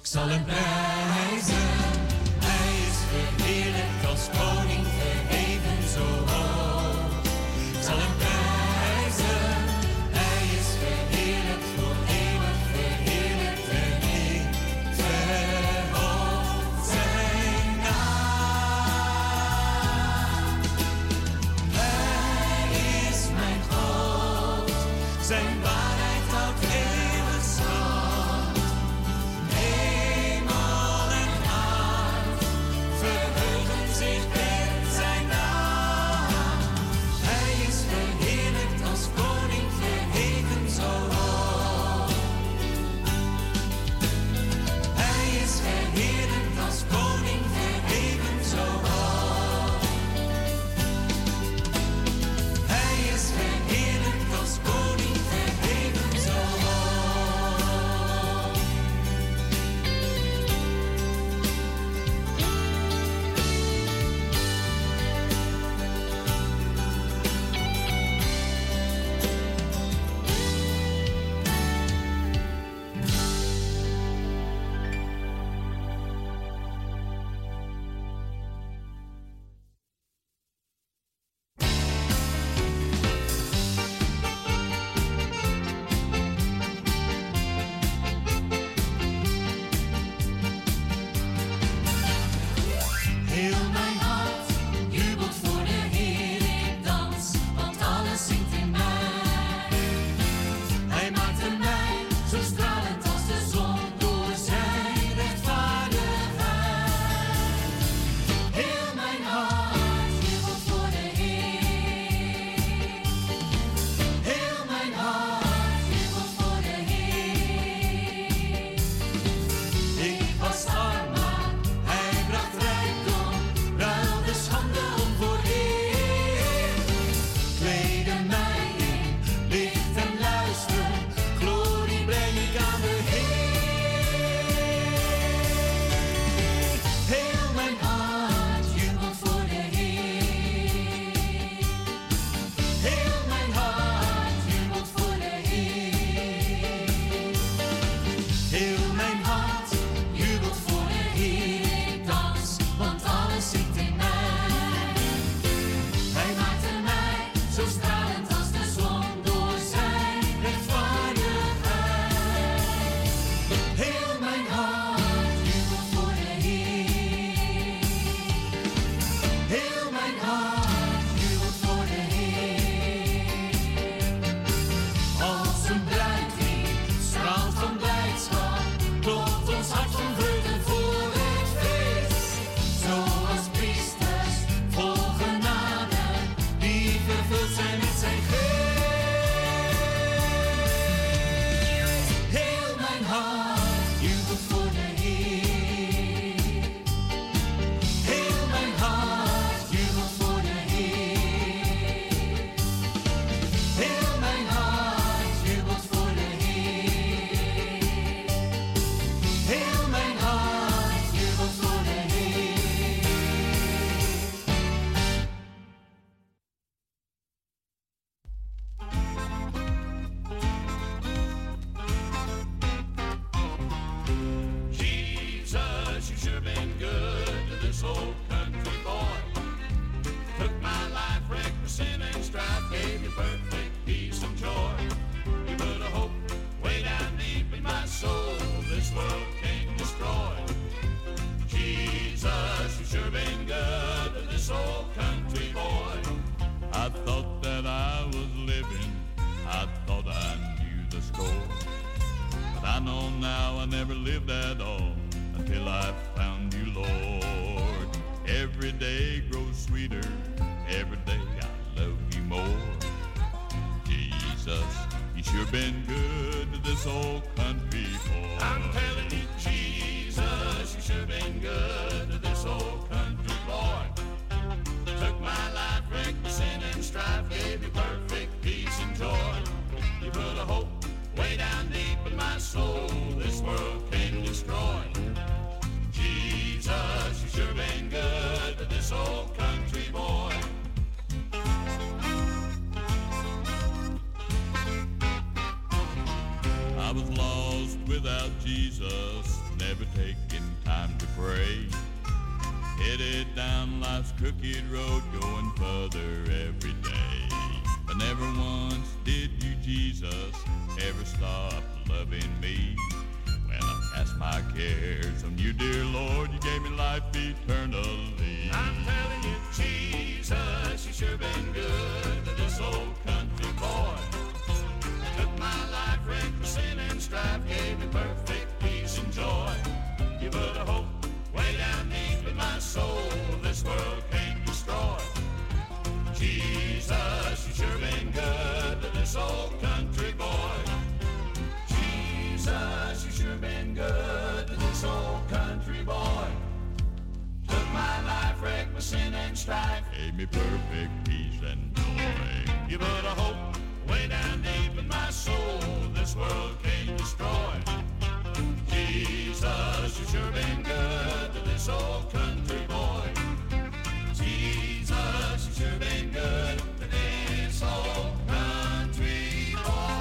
zal hem prijzen. Hij is verheerlijkt als koning, verheven zo hoog. Ik zal hem prijzen. Hij is verheerlijkt voor eeuwig, verheerlijkt en ik verhoog zijn naam. Hij is mijn God, zijn waarheid houdt eeuwig stand. Hemel en aard verheugen zich in zijn naam. Hij is verheerlijkt als koning, verheven zo hoog. Hij is verheerlijkt als koning, verheven zo hoog. Hij is verheerlijkt als koning, verheven zo hoog. Heel mijn hart jubelt voor de Heer, ik dans, want alles zingt in mij. Hij maakte mij zo stralend als de zon door zijn rechtvaardigheid. Heel mijn hart jubelt voor de Heer. Heel mijn hart jubelt voor de Heer. Ik was arm, maar hij bracht rijkdom, ruilde schande om voor eer. Kleedde mij in licht en luister, glorie breng ik aan de Heer. Heel mijn hart jubelt voor de Heer. Heel mijn hart jubelt voor de Heer. Heel mijn hart jubelt voor de Heer, ik dans, want alles zingt in mij. Hij maakte mij zo stralend als de zon door zijn rechtvaardigheid. Heel mijn hart jubelt voor de Heer. Heel mijn hart jubelt voor de Heer. Als een bruidling straalt van blijdschap, klopt ons hart van vreugde voor het feest. Zoals priesters vol genade, die vervuld zijn met zijn geest. Heel mijn hart jubelt voor de Heer. Heel mijn hart jubelt voor de Heer. Heel mijn hart jubelt voor de Heer. Heel mijn hart jubelt voor de Heer. Jesus, you sure been good to this old country boy. Took my life, wrecked with sin and strife, gave me perfect peace and joy. You put a hope way down deep in my soul, this world can't destroy. Jesus, you sure been good to this old country boy. I thought that I was living, I thought I knew the score. But I know now I never lived at all until I found you, Lord. Every day grows sweeter, every day I love you more. Jesus, you sure been good to this old country boy. I'm telling you, Jesus, you sure been good to this old country boy. Took my life, wrecked with sin and strife, gave me perfect peace and joy. You put a hope way down deep in my soul, this world can't destroy. Jesus, you sure been good to this old country boy. I was lost Headed down life's crooked road, going further every day. But never once did you, Jesus, ever stop loving me. When I cast my cares on you, dear Lord, you gave me life eternally. I'm telling you, Jesus, you sure been good to this old country boy. Took my life, wrecked my sin and strife, gave me perfect peace and joy. You put a hope way down deep in my soul, this world can't destroy. Jesus, you sure been good to this old country boy. Jesus, you sure been good to this old country boy. Took my life, wrecked my sin and strife, gave me perfect peace and joy. You put a hope way down deep in my soul, this world can't destroy. Jesus, you sure been good to this old country boy. Jesus, you sure been good to this old country boy.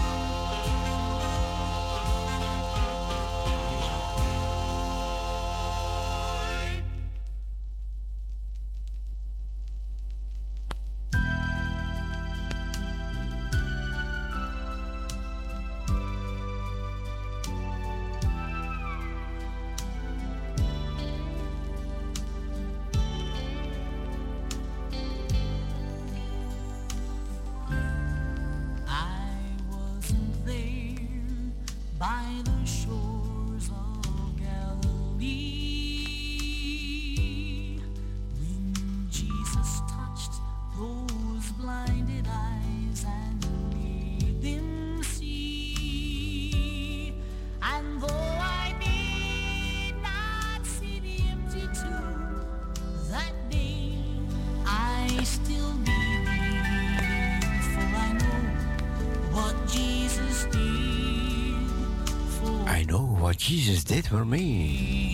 Jesus did for me.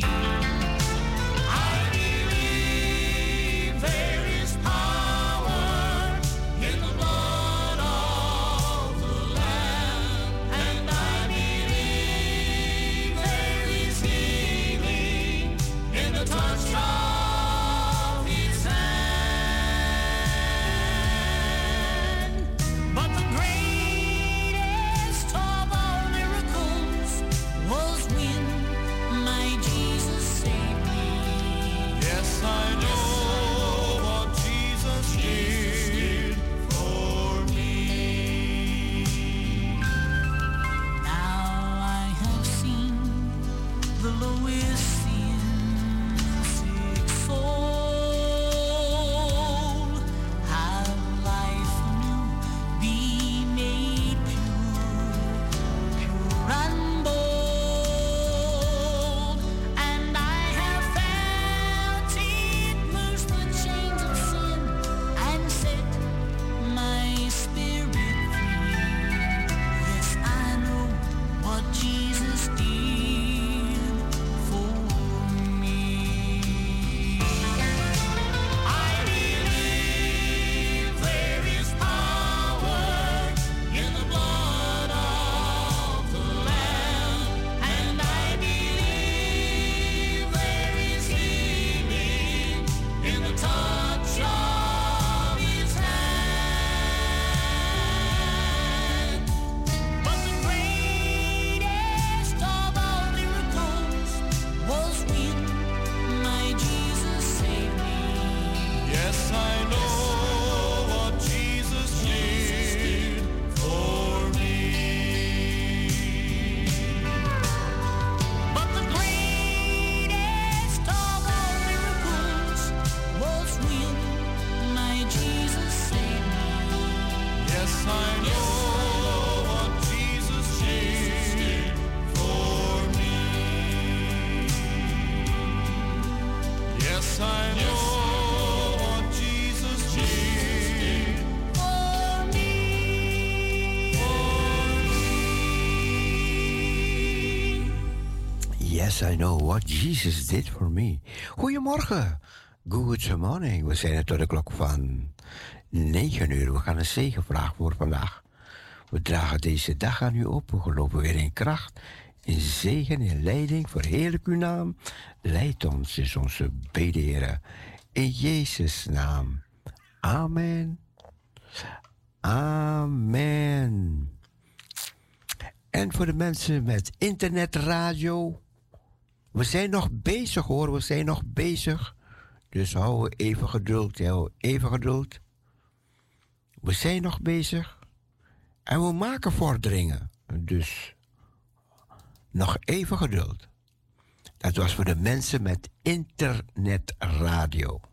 Yes, I know what Jesus did for me. Goedemorgen. Good morning. We zijn er tot de klok van 9 uur. We gaan een zegenvraag voor vandaag. We dragen deze dag aan u op. We geloven weer in kracht in zegen en leiding. Verheerlijk uw naam. Leid ons is onze bede, Heer. In Jezus' naam. Amen. Amen. En voor de mensen met internetradio. We zijn nog bezig hoor, we zijn nog bezig. Dus hou even geduld, hou even geduld. We zijn nog bezig. En we maken vorderingen. Dus nog even geduld. Dat was voor de mensen met internetradio.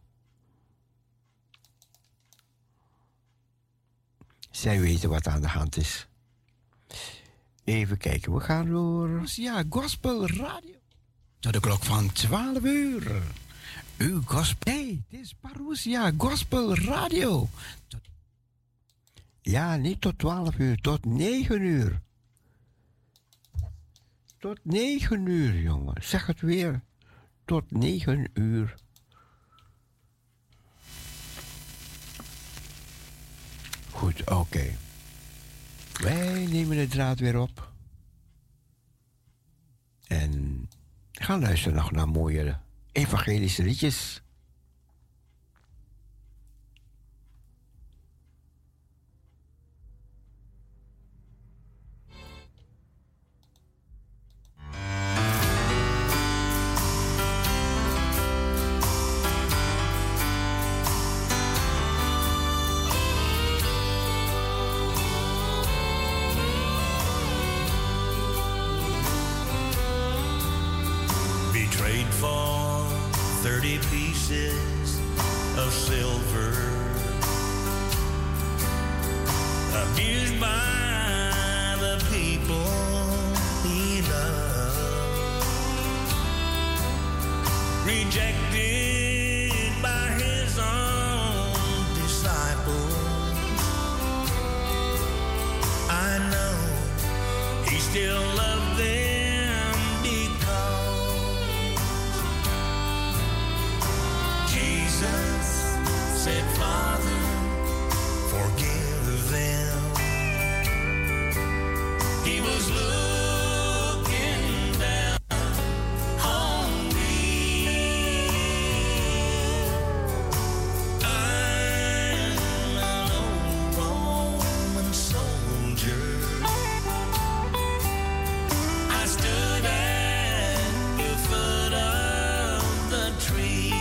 Zij weten wat aan de hand is. Even kijken, we gaan door. Ja, Gospel Radio. Tot de klok van 12 uur. Uw gospel. Hey, dit is Parousia Gospel Radio. Ja, niet tot 12 uur, tot 9 uur. Tot 9 uur, jongen. Zeg het weer. Tot 9 uur. Goed, oké. Wij nemen de draad weer op. En gaan luisteren nog naar mooie evangelische liedjes. For 30 pieces of silver, abused by the people he loved, rejected by his own disciples. I know he still loved them. Said, Father, forgive them. He was looking down on me. I'm an old Roman soldier. I stood at the foot of the tree.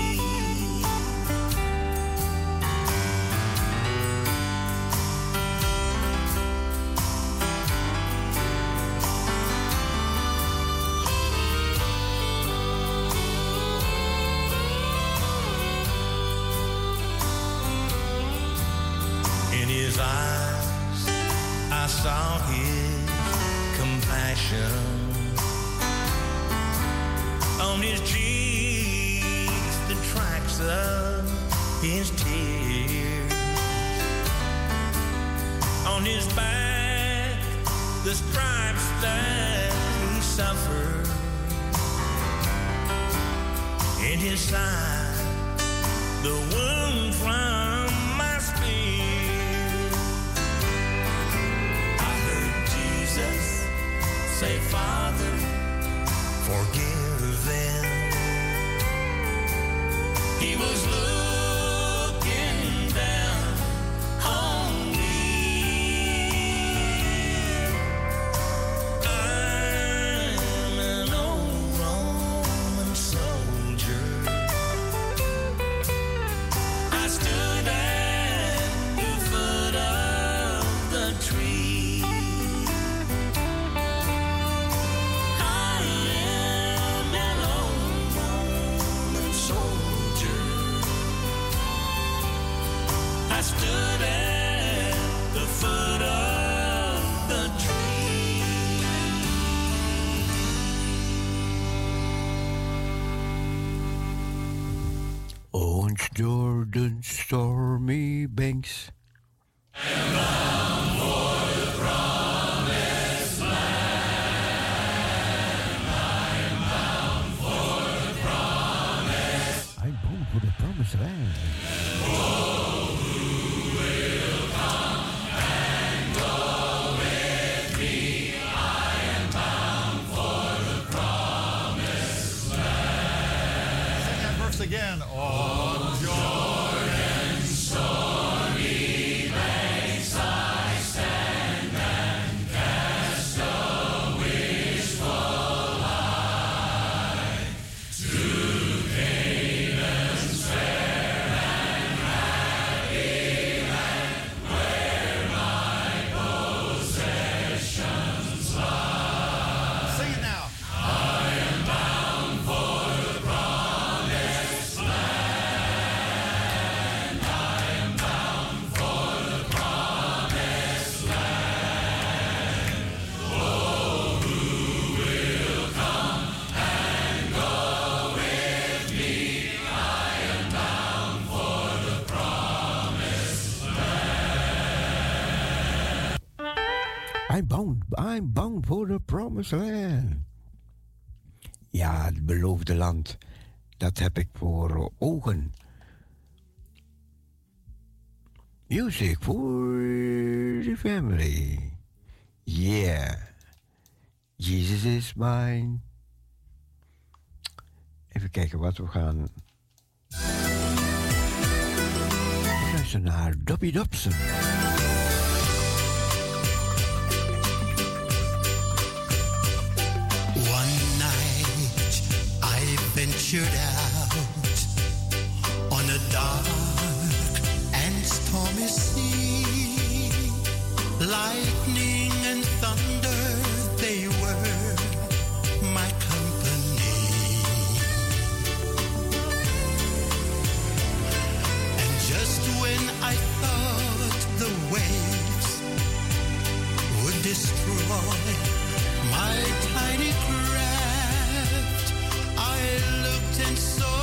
Eyes, I saw his compassion. On his cheeks, the tracks of his tears. On his back, the stripes that he suffered. In his side, the wound from my spear. Say, Father, forgive them. He was looking down on me. I'm an old Roman soldier. I stood at the foot of the tree. I stood at the foot of the tree. On Jordan's stormy banks. And bound for the promised land. I'm bound for the promised. I'm bound for the promised land. For again. On Jordan's stormy banks I stand and cast a wishful eye to Canaan's fair and happy land where my possessions lie. Sing it now. I am bound for the promised land. I am bound for the promised land. Oh, who will come and go with me? I am bound for the promised land. I'm bound for the promised land. Ja, het beloofde land. Dat heb ik voor ogen. Music for the family. Yeah. Jesus is mine. Even kijken wat we gaan. Luister naar Dobby Dobson. One night I ventured out on a dark and stormy sea. Lightning and thunder, they were my company. And just when I thought the waves would destroy my tiny craft, I looked and saw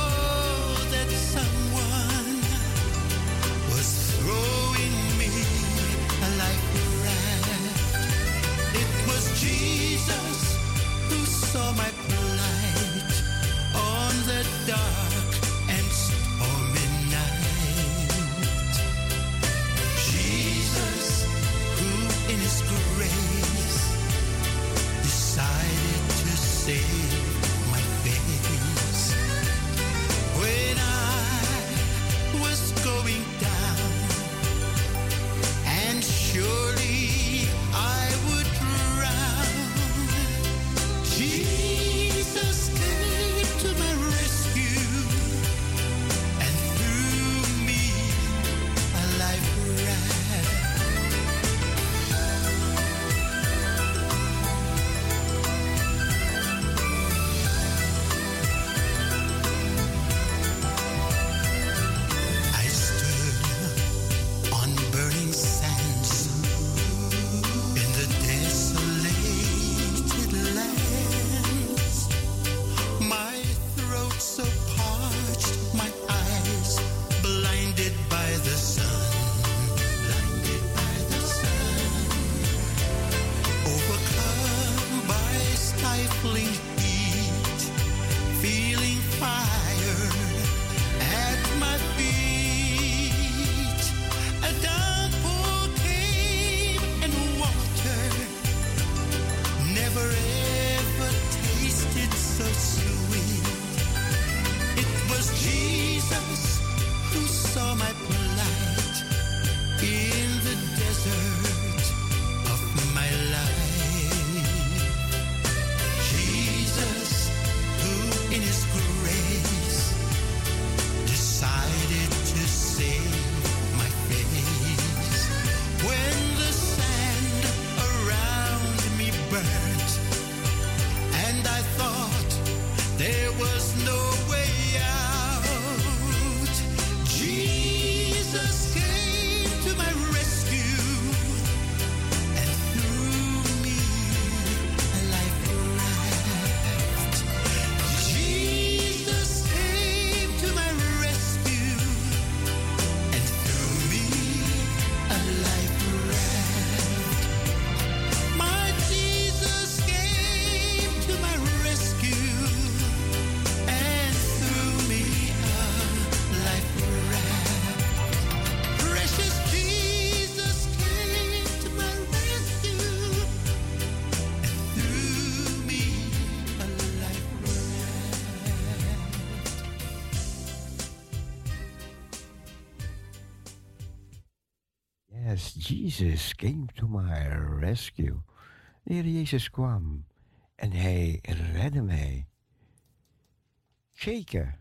Yes, Jesus came to my rescue. De Heer Jezus kwam en hij redde mij. Shaker.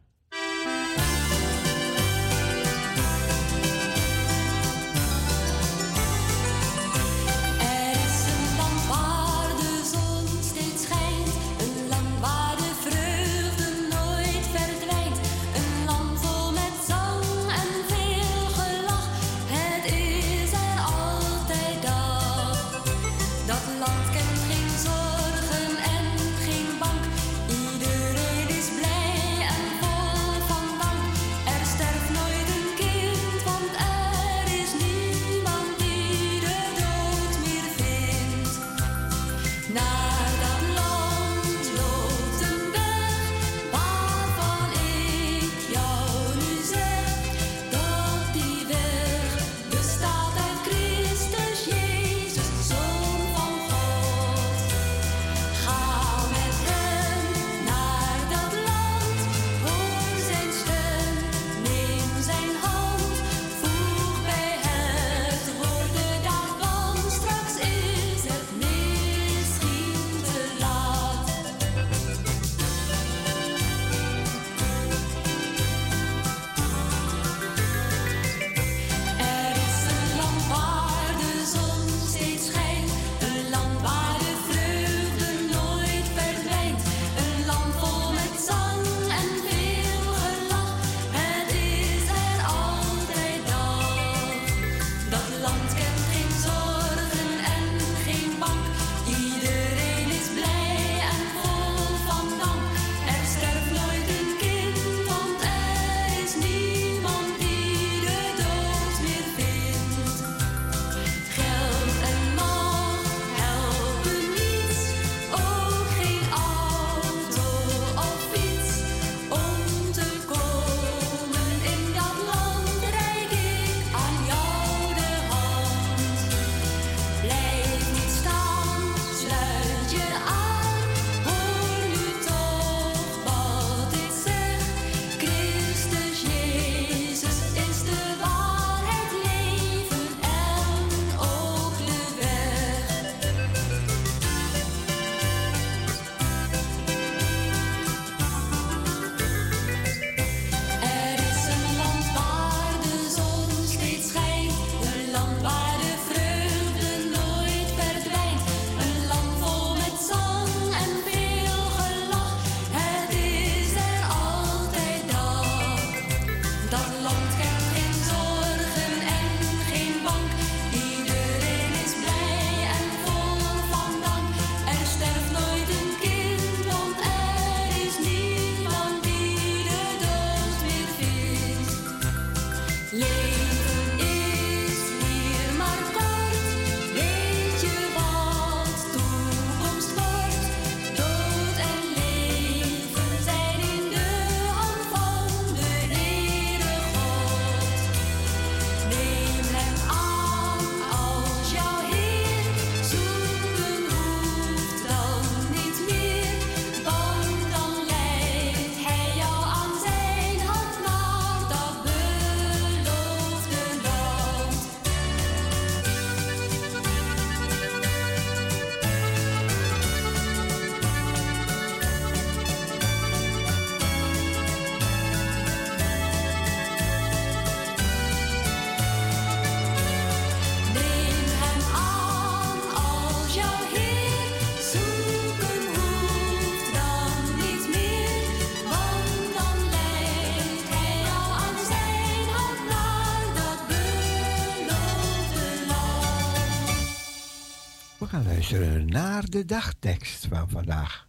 Luisteren naar de dagtekst van vandaag.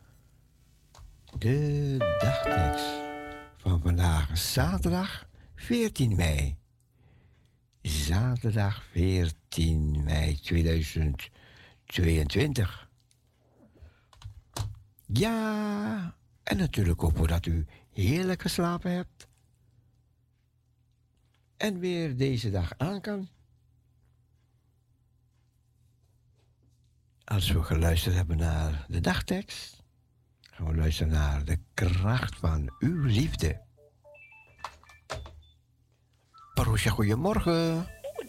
De dagtekst van vandaag is zaterdag 14 mei. Zaterdag 14 mei 2022. Ja, en natuurlijk hopen we dat u heerlijk geslapen hebt. En weer deze dag aan kan. Als we geluisterd hebben naar de dagtekst, gaan we luisteren naar de kracht van uw liefde. Parosja, goedemorgen. Goedemorgen.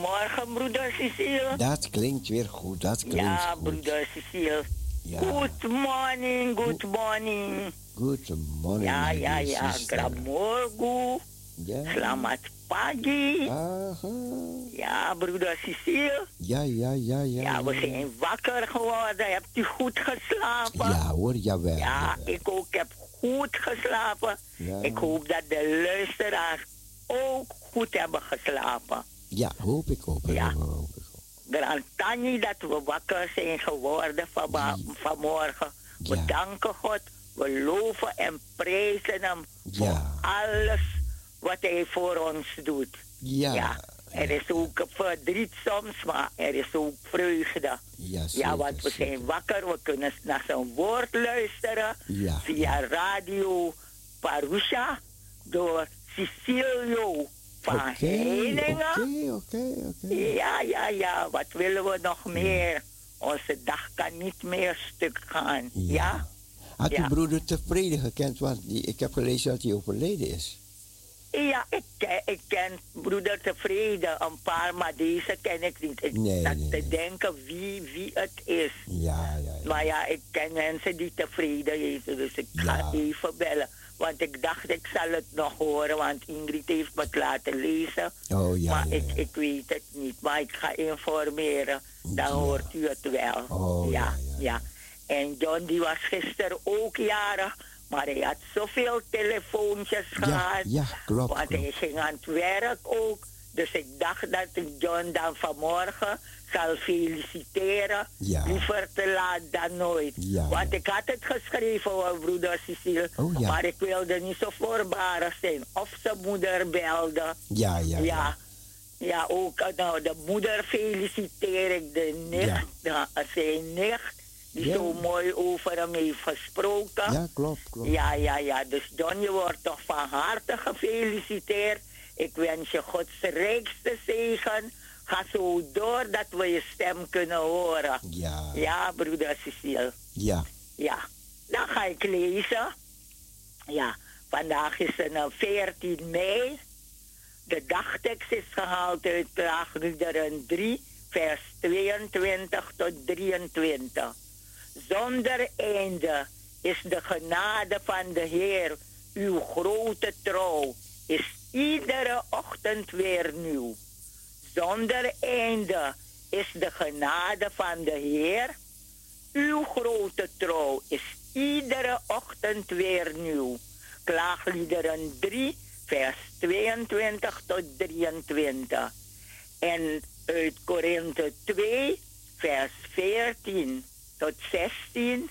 Goedemorgen, broeder Cecile. Dat klinkt weer goed, dat klinkt ja, goed. Broeder Cecile. Ja. Good morning, good morning. Good morning. Ja. Gramorgo. Ja. Selamat pagi. Aha. Ja, broeder Cecile. Ja. Ja, we zijn wakker geworden. Hebt u goed geslapen? Ja hoor, jawel. Ja, ik ook heb goed geslapen. Ja. Ik hoop dat de luisteraars ook goed hebben geslapen. Ja, hoop ik ook. Ja. Hoop ik ook. Grantani dat we wakker zijn geworden vanmorgen. We Ja. danken God. We loven en prijzen hem Ja. voor alles wat hij voor ons doet. Ja. Er is ook verdriet soms, maar er is ook vreugde. Ja, Ja, want we zijn wakker. We kunnen naar zijn woord luisteren. Ja. Via radio Parusha door Cecilio van Heiningen. Oké. Ja. Wat willen we nog meer? Onze dag kan niet meer stuk gaan. Ja? Had uw Ja. broeder tevreden gekend, want ik heb gelezen dat hij overleden is. Ja, ik ken broeder Tevreden een paar, maar deze ken ik niet. Ik zat te denken wie het is. Ja. Maar ja, ik ken mensen die Tevreden heten, dus ik ga even bellen. Want ik dacht, ik zal het nog horen, want Ingrid heeft me het laten lezen. Oh ja. Maar ik weet het niet, maar ik ga informeren. Dan hoort u het wel. Oh ja. En John die was gisteren ook jarig. Maar hij had zoveel telefoontjes gehad. Ja, klopt. Want hij ging aan het werk ook. Dus ik dacht dat ik John dan vanmorgen zal feliciteren. Ja. Liever te laat dan nooit. Ja, Want ik had het geschreven hoor, broeder Cecile. Oh, ja. Maar ik wilde niet zo voorbarig zijn. Of zijn moeder belde. Ja. Ja, ook nou, de moeder feliciteer ik. De nicht, zijn nicht. Die zo mooi over hem heeft gesproken. Ja, klopt. Ja. Dus John, je wordt toch van harte gefeliciteerd. Ik wens je Gods rijkste zegen. Ga zo door dat we je stem kunnen horen. Ja. Ja, broeder Cecile. Ja. Dan ga ik lezen. Ja, vandaag is het 14 mei. De dagtekst is gehaald uit Klaagliederen 3, vers 22 tot 23. Zonder einde is de genade van de Heer, uw grote trouw, is iedere ochtend weer nieuw. Zonder einde is de genade van de Heer, uw grote trouw, is iedere ochtend weer nieuw. Klaagliederen 3, vers 22 tot 23. En uit Korinthe 2, vers 14 tot 16.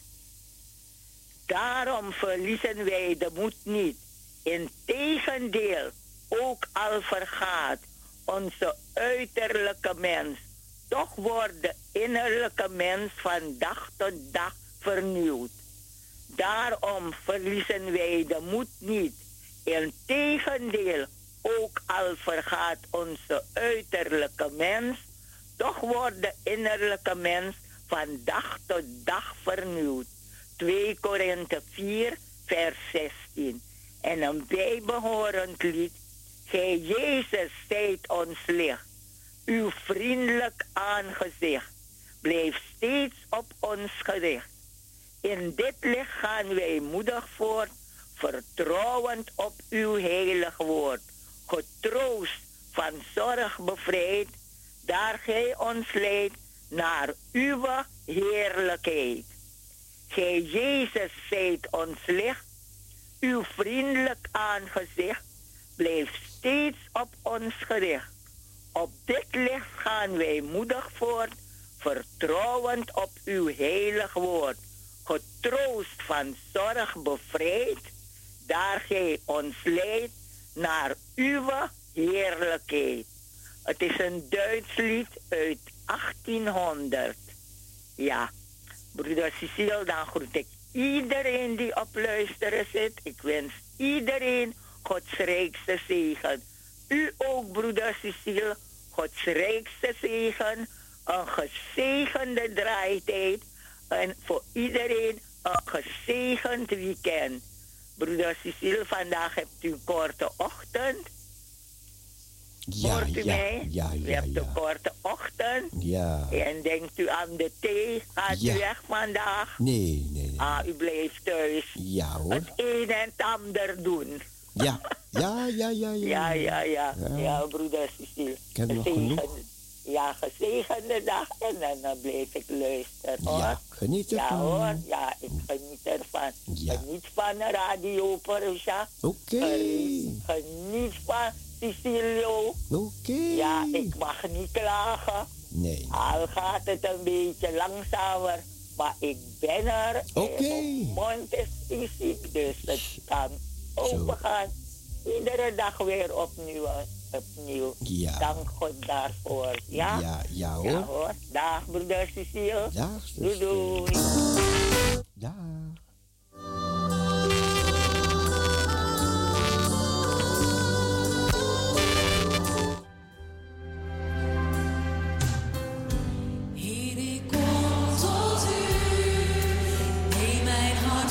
Daarom verliezen wij de moed niet. Integendeel, ook al vergaat onze uiterlijke mens, toch wordt de innerlijke mens van dag tot dag vernieuwd. Daarom verliezen wij de moed niet. Integendeel, ook al vergaat onze uiterlijke mens, toch wordt de innerlijke mens van dag tot dag vernieuwd. 2 Korinthe 4, vers 16. En een bijbehorend lied. Gij Jezus zijt ons licht, uw vriendelijk aangezicht blijft steeds op ons gericht. In dit licht gaan wij moedig voort, vertrouwend op uw heilig woord. Getroost van zorg bevrijd, daar gij ons leidt naar uw heerlijkheid. Gij Jezus zijt ons licht, uw vriendelijk aangezicht blijft steeds op ons gericht. Op dit licht gaan wij moedig voort, vertrouwend op uw heilig woord. Getroost van zorg bevrijd, daar gij ons leidt naar uw heerlijkheid. Het is een Duits lied uit 1800. Ja, broeder Cecile, dan groet ik iedereen die op luisteren zit. Ik wens iedereen Gods rijkste zegen. U ook, broeder Cecile, Gods rijkste zegen. Een gezegende draaitijd. En voor iedereen een gezegend weekend. Broeder Cecile, vandaag hebt u een korte ochtend. Ja, Hoort u mij? ja, U ja, hebt een ja. korte ochtend. Ja. En denkt u aan de thee? Gaat Ja. u weg vandaag? Nee, nee, nee. Ah, u blijft thuis. Ja hoor. Het een en het ander doen. Ja, ja, ja, ja, ja. Ja, Ja. broeder Cecile. ken er nog genoeg. Ja, gezegende dag en dan blijf ik luisteren, hoor. Ja, geniet Ja ervan. hoor, ja, ik geniet ervan. Ja. Geniet van de radio, Perusha. Oké. Geniet van Cecilio. Oké. Ja, ik mag niet klagen. Nee. Al gaat het een beetje langzamer, maar ik ben er. Oké. En mijn mond is fysiek, dus het kan opengaan. Iedere dag weer opnieuw. Ja. Dank God daarvoor. Ja? Ja hoor. Ja hoor. Dag broeder Cecile. Dag, Doei zuster. doei. Dag. Heer, ik kom tot u, neem mijn hart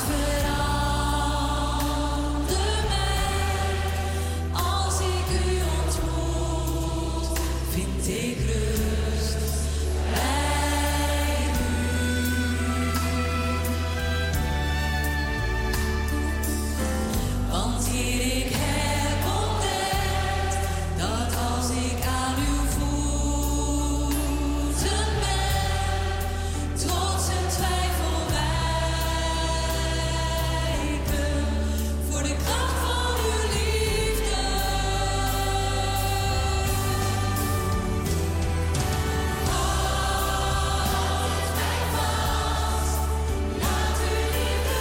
verander mij. Als ik u ontmoet, vind ik rust bij u. Want Heer, ik heb ontdekt dat als ik aan uw voeten ben, trots en twijfel wijken voor de kracht van uw liefde. Houd mij vast, laat uw liefde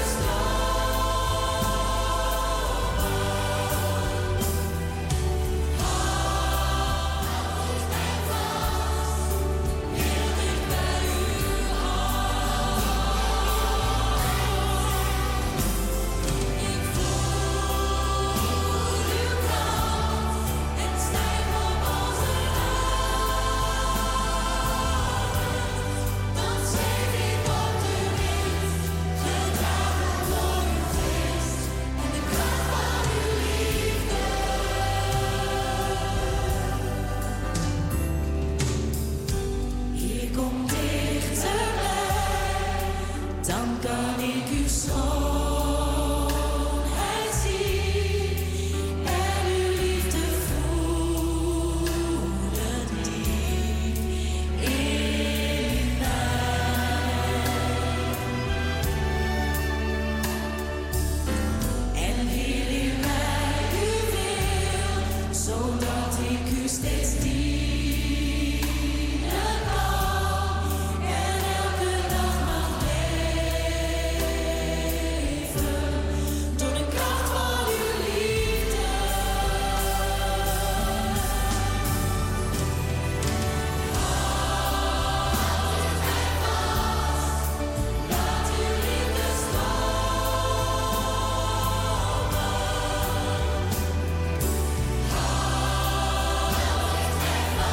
Hier komt dichterbij, dan kan ik uw schoonheid zien en uw liefde voelen diep in mij. En Heer, leer mij uw wil, zodat ik u steeds dienen kan en elke dag mag leven door de kracht van uw liefde. Houd mij vast, laat uw liefde stromen. Houd mij vast.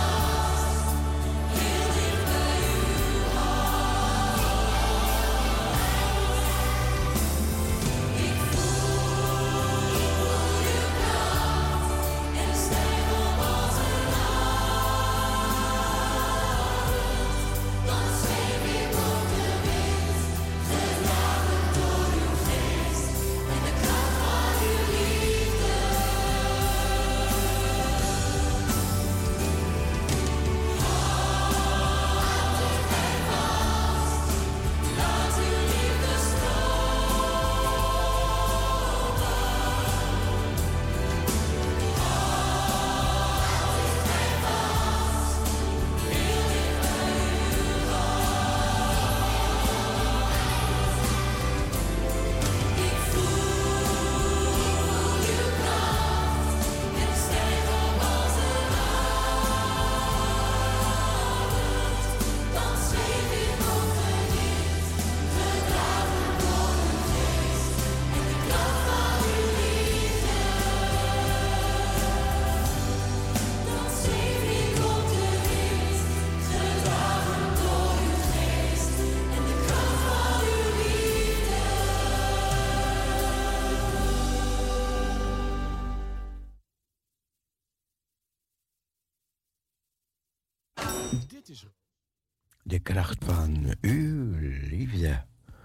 De kracht van uw liefde.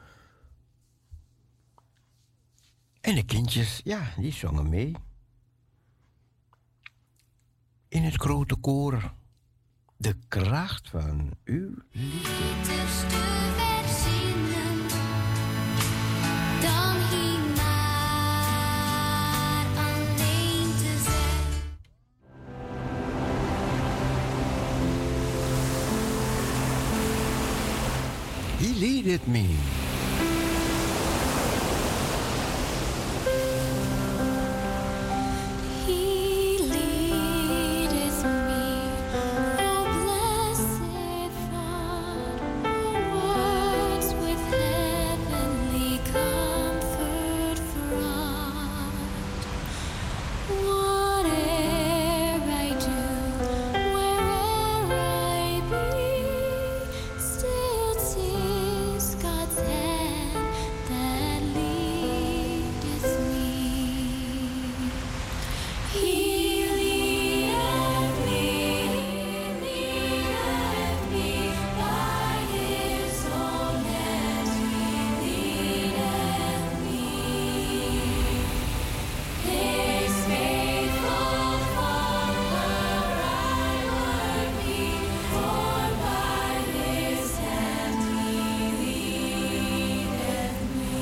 En de kindjes, ja, die zongen mee. In het grote koor. De kracht van uw liefde. Dan hier maar alleen te zijn. He leaded me. He leadeth me, O blessed Father, words with heavenly comfort fraught. Whate'er I do, where'er I be, still 'tis God's hand that leadeth me. He leadeth me by His own hand. He leadeth me. His faithful follower I would be, for by His hand He leadeth me.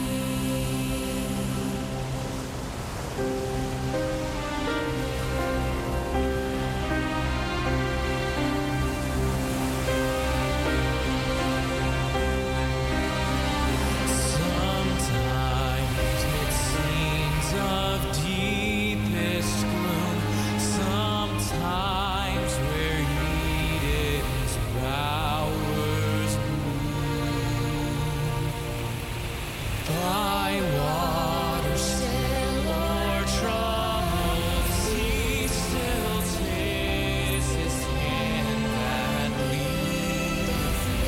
Sometimes it seems of deepest gloom. Sometimes where Eden's bowers bloom. By water still or troubled sea, still 'tis His hand that leadeth me.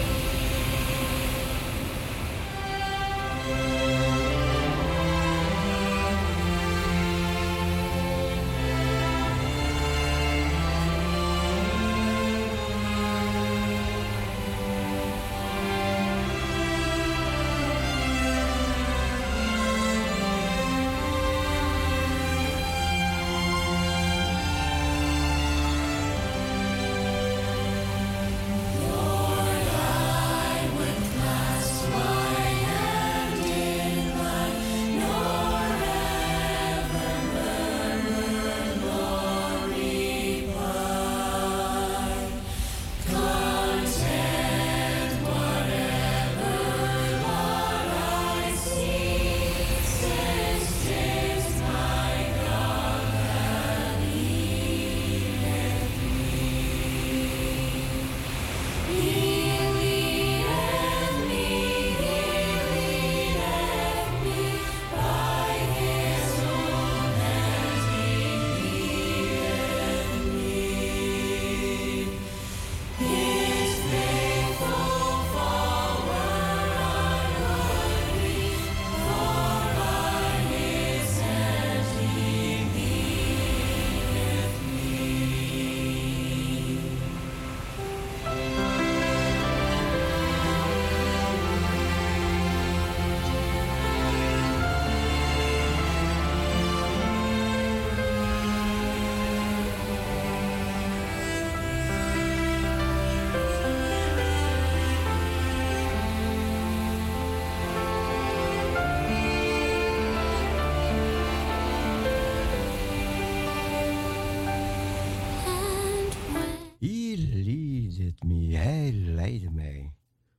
He leaded me. Hij leidde mij.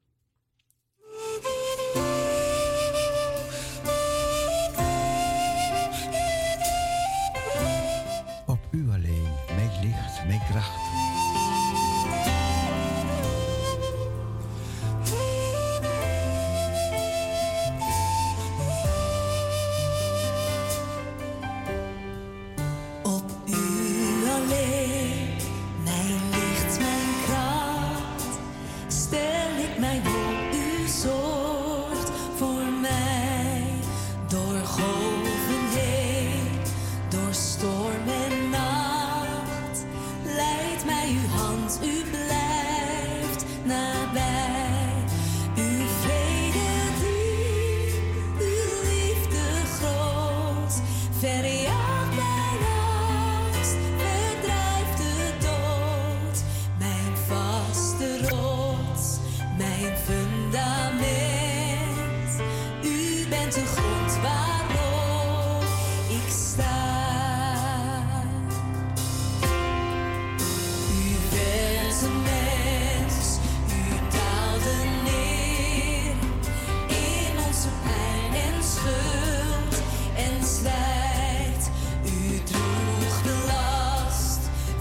Op u alleen, mijn licht, mijn kracht. Op u alleen, mijn licht, mijn kracht, stel ik mij op. U zorgt voor mij, door golven heen, door storm en nacht, leidt mij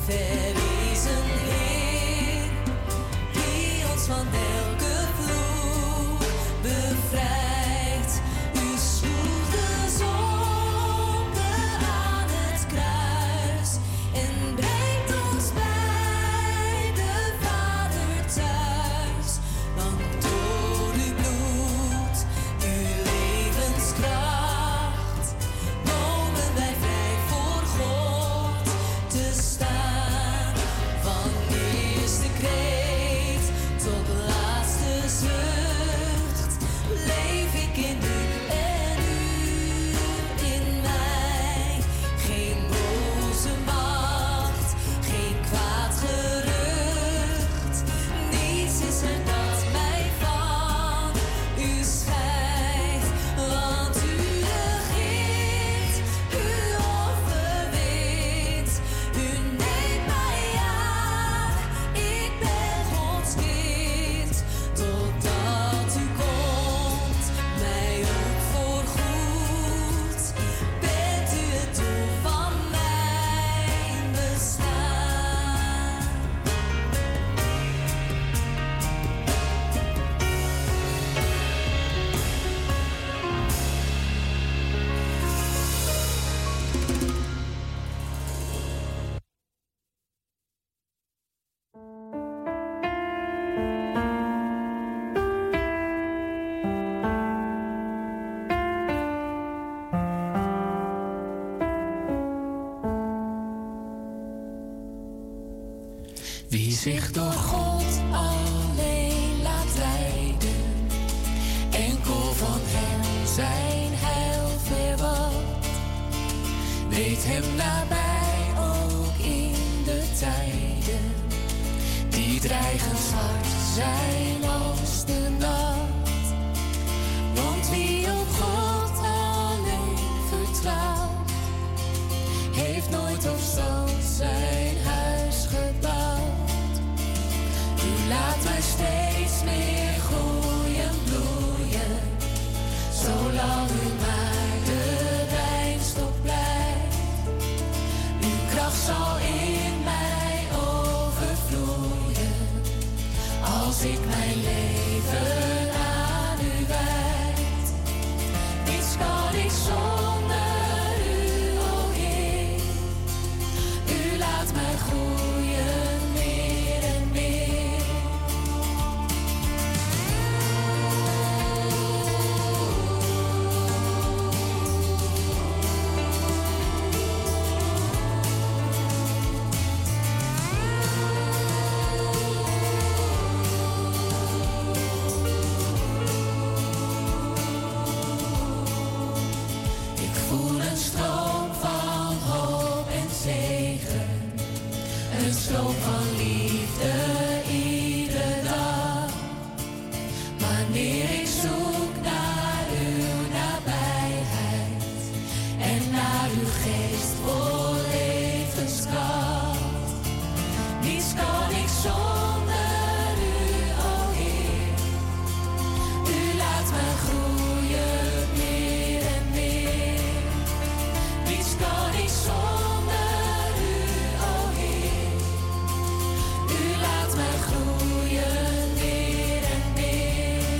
verrezen Heer, die ons van elke vloek bevrijdt. U sloeg de zonde aan het kruis en brengt ons bij de Vader thuis. Want door uw bloed, uw levenskracht, mogen wij vrij voor God te staan. Van eerste kreet tot laatste zucht, leef ik in u en u in mij. Geen boze macht, geen kwaad gerucht, niets is er dat mij van u scheidt. Want u regeert, u overwint, u neemt mij aan, ik ben Gods kind. Totdat u komt, mij ook voorgoed, bent u het doel van mijn bestaan. Wie zich door God alleen laat leiden, enkel van hem zijn heil verwacht, weet hem nabij ook in de tijden die dreigen zwart zijn als de nacht. Want wie op God alleen vertrouwt, heeft nooit op stand zijn huis gebouwd. U laat mij steeds meer groeien, bloeien, zolang u maar de wijnstok blijft. Uw kracht zal in mij overvloeien, als ik mijn leven aan u wijd. Niets kan ik zonder u, o Heer. U laat mij groeien meer en meer. Ik voel een stroom van hoop en zegen, een stroom van liefde iedere dag. Wanneer ik zoek naar uw nabijheid en naar uw geest vol levenskracht. Niets kan ik zonder u, o Heer. U laat mij groeien meer en meer. Niets kan ik zonder u, o Heer. U laat mij groeien meer en meer.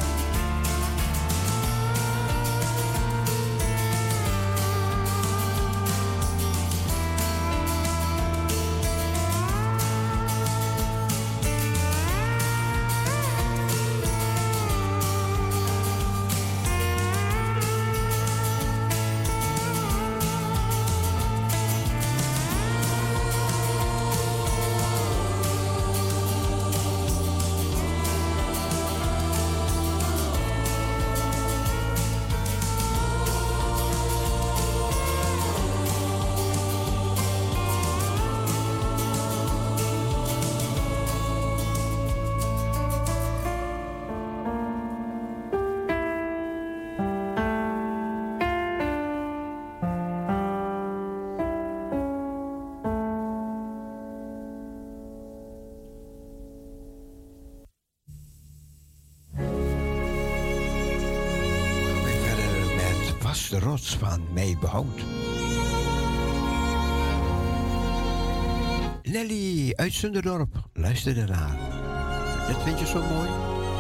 de rots van mij behoudt. Nelly uit Zunderdorp. Luister ernaar. Dat vind je zo mooi.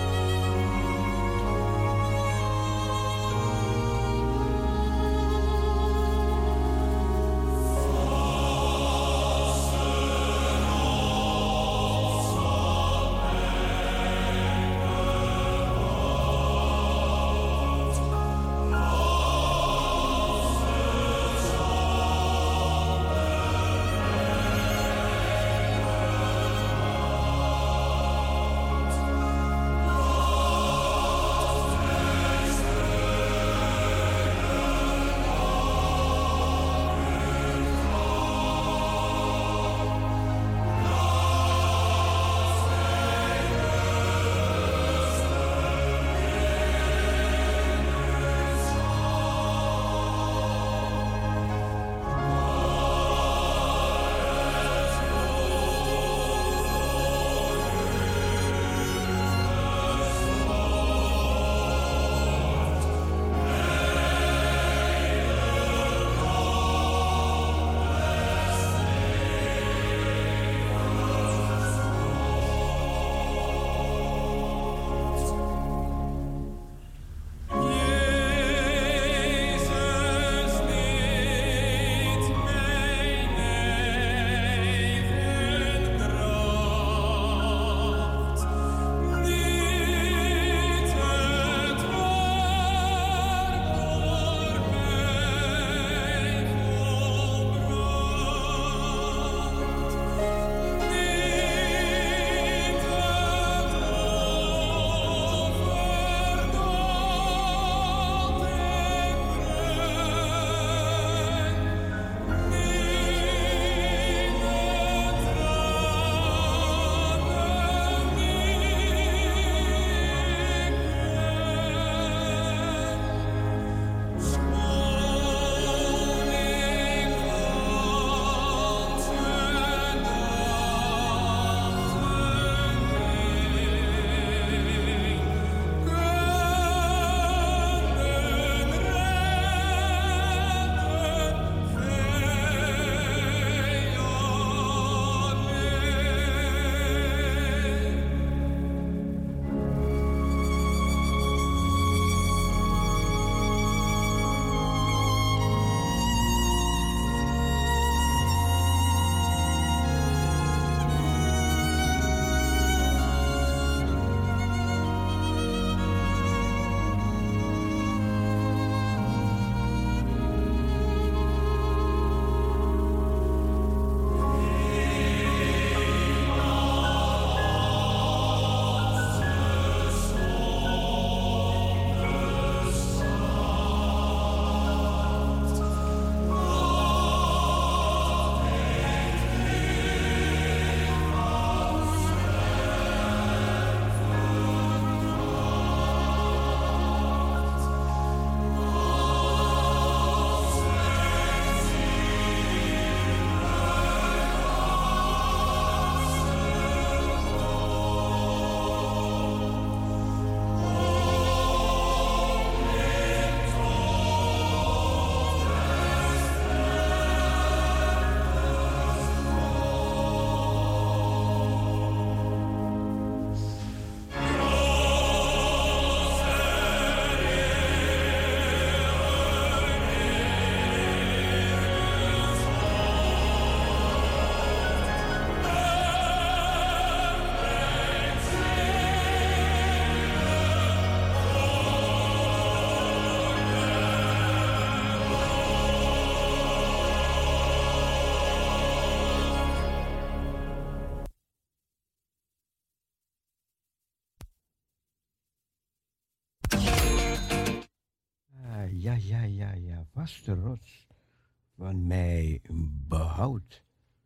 Ja, vaste rots van mij behoudt.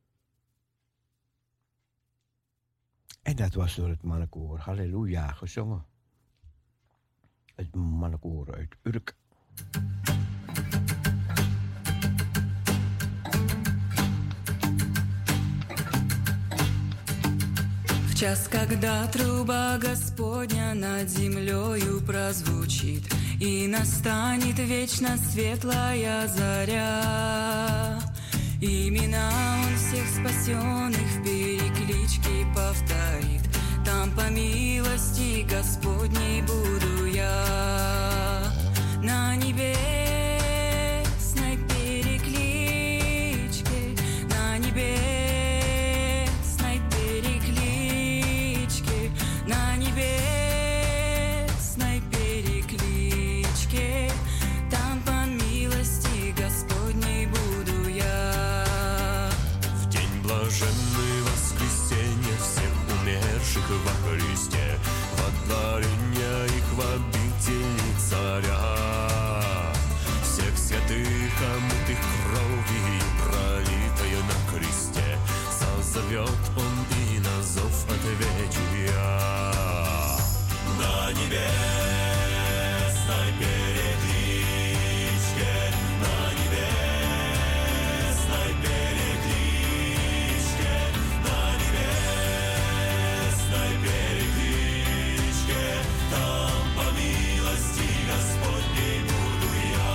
En dat was door het mannenkoor, halleluja, gezongen. Het mannenkoor uit Urk. В час, когда труба Господня над землею прозвучит, и настанет вечно светлая заря, имена Он всех спасенных в перекличке повторит. Там по милости Господней буду я на небесной перекличке, на небесной перекличке, на небесной перекличке. Там по милости Господней буду я. В день блаженный воскресенья всех умерших во Христе, водворения их в обители царя. Всех святых, омытых кровью, пролитою на кресте, созовет он, и на зов отвечу я. На небесной перекличке, на небесной перекличке, на небесной перекличке, там по милости Господней буду я.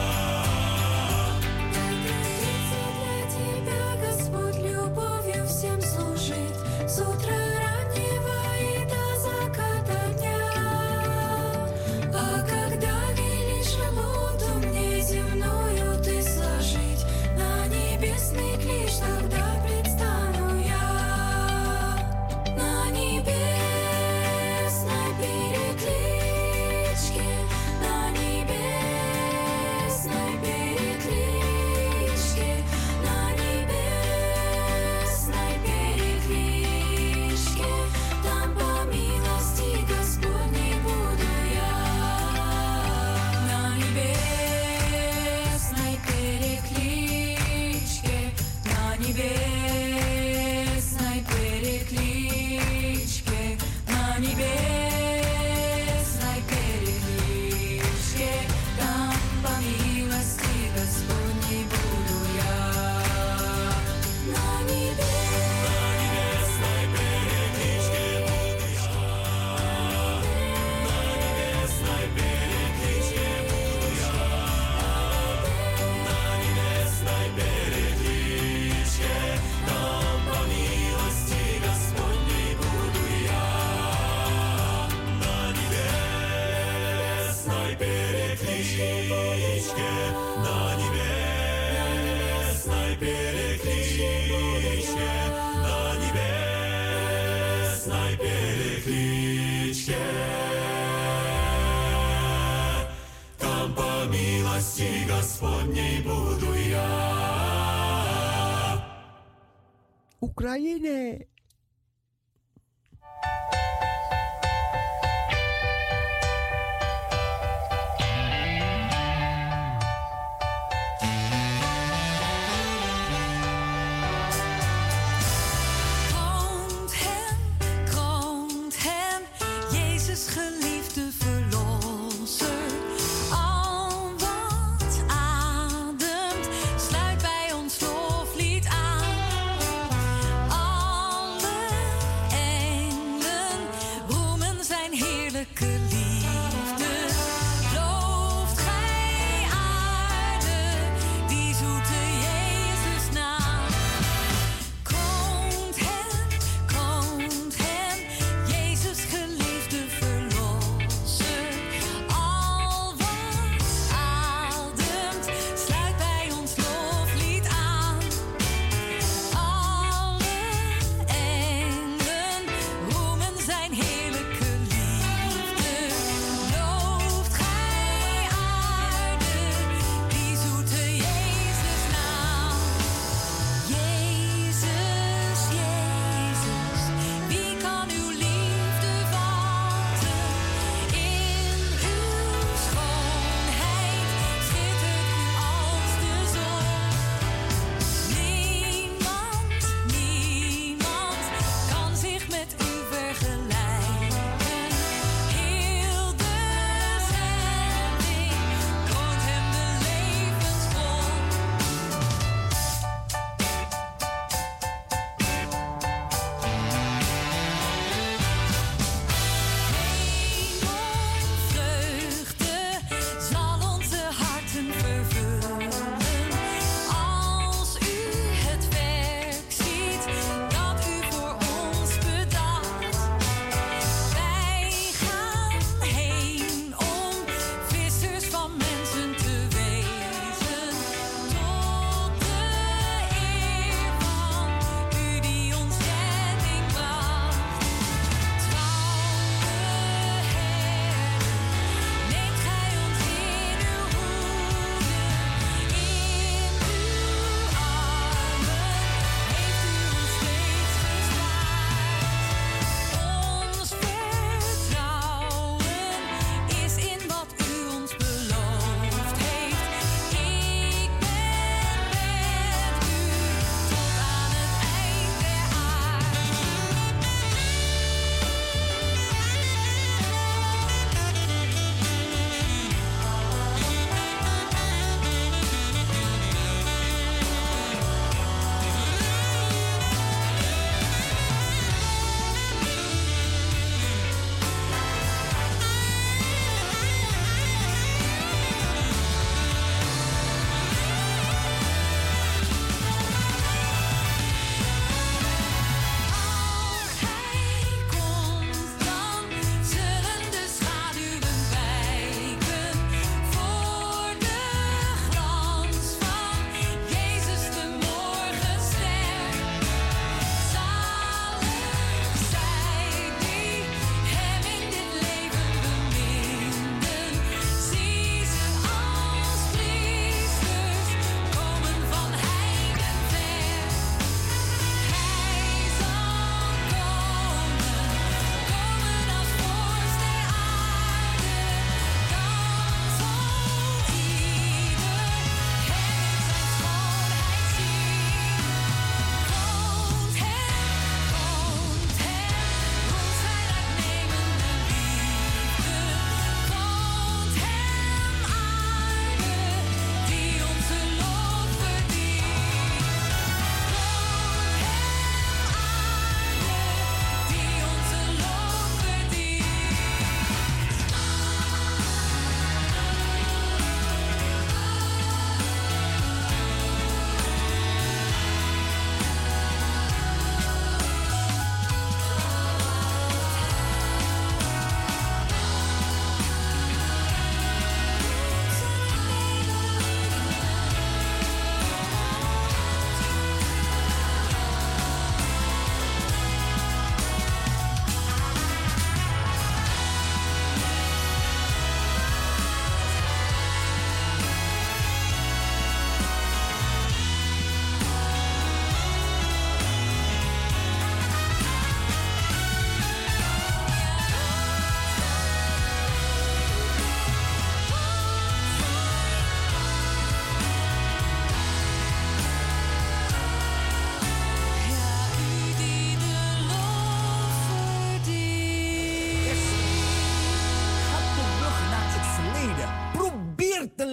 Для тебя Господь любовью всем служит, с утра раннего и до заката дня. А когда велишь работу мне земную ты сложить, на небесный клич тогда предстану я. На небесной перекличке, на небесной перекличке, на небесной перекличке, там по милости Господней буду я. На небесной перекличке, на небесной перекличке, на небесной перекличке, там по милости Господней буду я. На небесной перекличке буду я. На небесной перекличке буду я. На небесной перекличке, там по милости Господней буду я. На небесной перекличке, на небесной перекличке, на небесной перекличке, там по милости Господней буду я. Oekraïne. Kroont hem, Jezus geliefde verlosser. Al wat ademt, sluit bij ons loflied aan. Al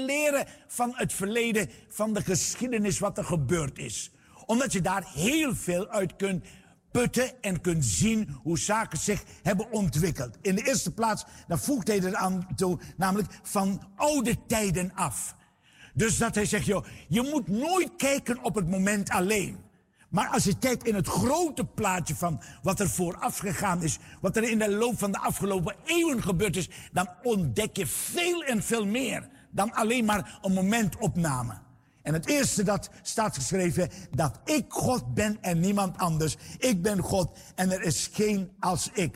leren van het verleden, van de geschiedenis wat er gebeurd is. Omdat je daar heel veel uit kunt putten en kunt zien hoe zaken zich hebben ontwikkeld. In de eerste plaats, dan voegt hij er aan toe, namelijk van oude tijden af. Dus dat hij zegt, joh, je moet nooit kijken op het moment alleen. Maar als je kijkt in het grote plaatje van wat er vooraf gegaan is, wat er in de loop van de afgelopen eeuwen gebeurd is, dan ontdek je veel en veel meer dan alleen maar een momentopname. En het eerste dat staat geschreven, dat ik God ben en niemand anders. Ik ben God en er is geen als ik.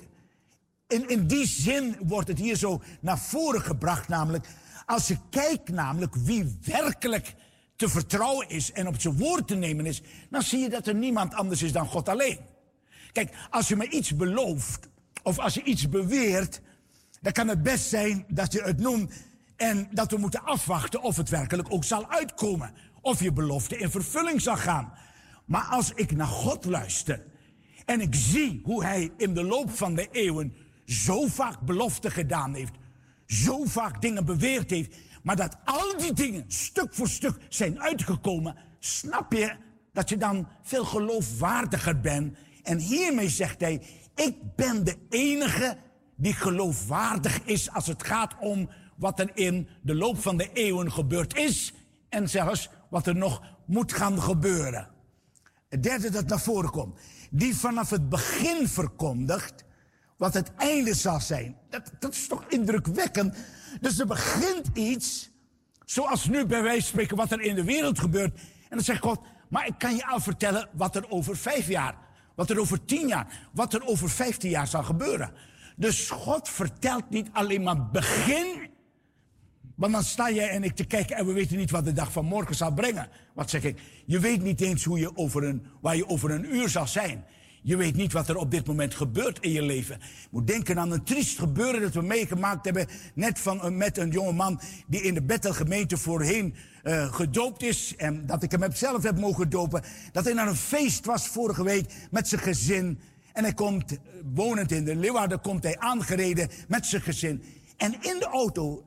In die zin wordt het hier zo naar voren gebracht, namelijk, als je kijkt namelijk wie werkelijk te vertrouwen is en op zijn woord te nemen is, dan zie je dat er niemand anders is dan God alleen. Kijk, als je me iets belooft, of als je iets beweert, dan kan het best zijn dat je het noemt en dat we moeten afwachten of het werkelijk ook zal uitkomen. Of je belofte in vervulling zal gaan. Maar als ik naar God luister en ik zie hoe hij in de loop van de eeuwen zo vaak beloften gedaan heeft, zo vaak dingen beweerd heeft, maar dat al die dingen stuk voor stuk zijn uitgekomen, snap je dat je dan veel geloofwaardiger bent. En hiermee zegt hij, ik ben de enige die geloofwaardig is als het gaat om wat er in de loop van de eeuwen gebeurd is en zelfs wat er nog moet gaan gebeuren. Het derde dat naar voren komt, die vanaf het begin verkondigt wat het einde zal zijn. Dat is toch indrukwekkend. Dus er begint iets, zoals nu bij wijze van spreken wat er in de wereld gebeurt. En dan zegt God, maar ik kan je al vertellen wat er over 5 jaar, wat er over 10 jaar, wat er over 15 jaar zal gebeuren. Dus God vertelt niet alleen maar begin, want dan sta jij en ik te kijken en we weten niet wat de dag van morgen zal brengen. Wat zeg ik? Je weet niet eens waar je over een uur zal zijn. Je weet niet wat er op dit moment gebeurt in je leven. Je moet denken aan een triest gebeuren dat we meegemaakt hebben. Net met een jongeman die in de Bethel-gemeente voorheen gedoopt is. En dat ik hem zelf heb mogen dopen. Dat hij naar een feest was vorige week met zijn gezin. En hij komt, wonend in de Leeuwarden, komt hij aangereden met zijn gezin. En in de auto,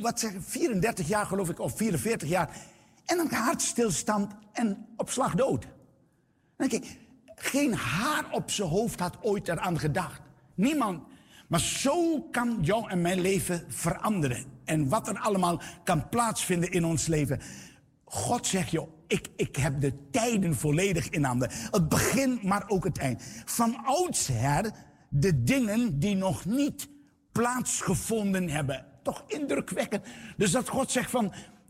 34 jaar geloof ik, of 44 jaar. En een hartstilstand en op slag dood. Dan denk ik, geen haar op zijn hoofd had ooit eraan gedacht. Niemand. Maar zo kan jouw en mijn leven veranderen. En wat er allemaal kan plaatsvinden in ons leven. God zegt, joh, ik heb de tijden volledig in handen. Het begin, maar ook het eind. Van oudsher de dingen die nog niet plaatsgevonden hebben. Toch indrukwekkend. Dus dat God zegt van,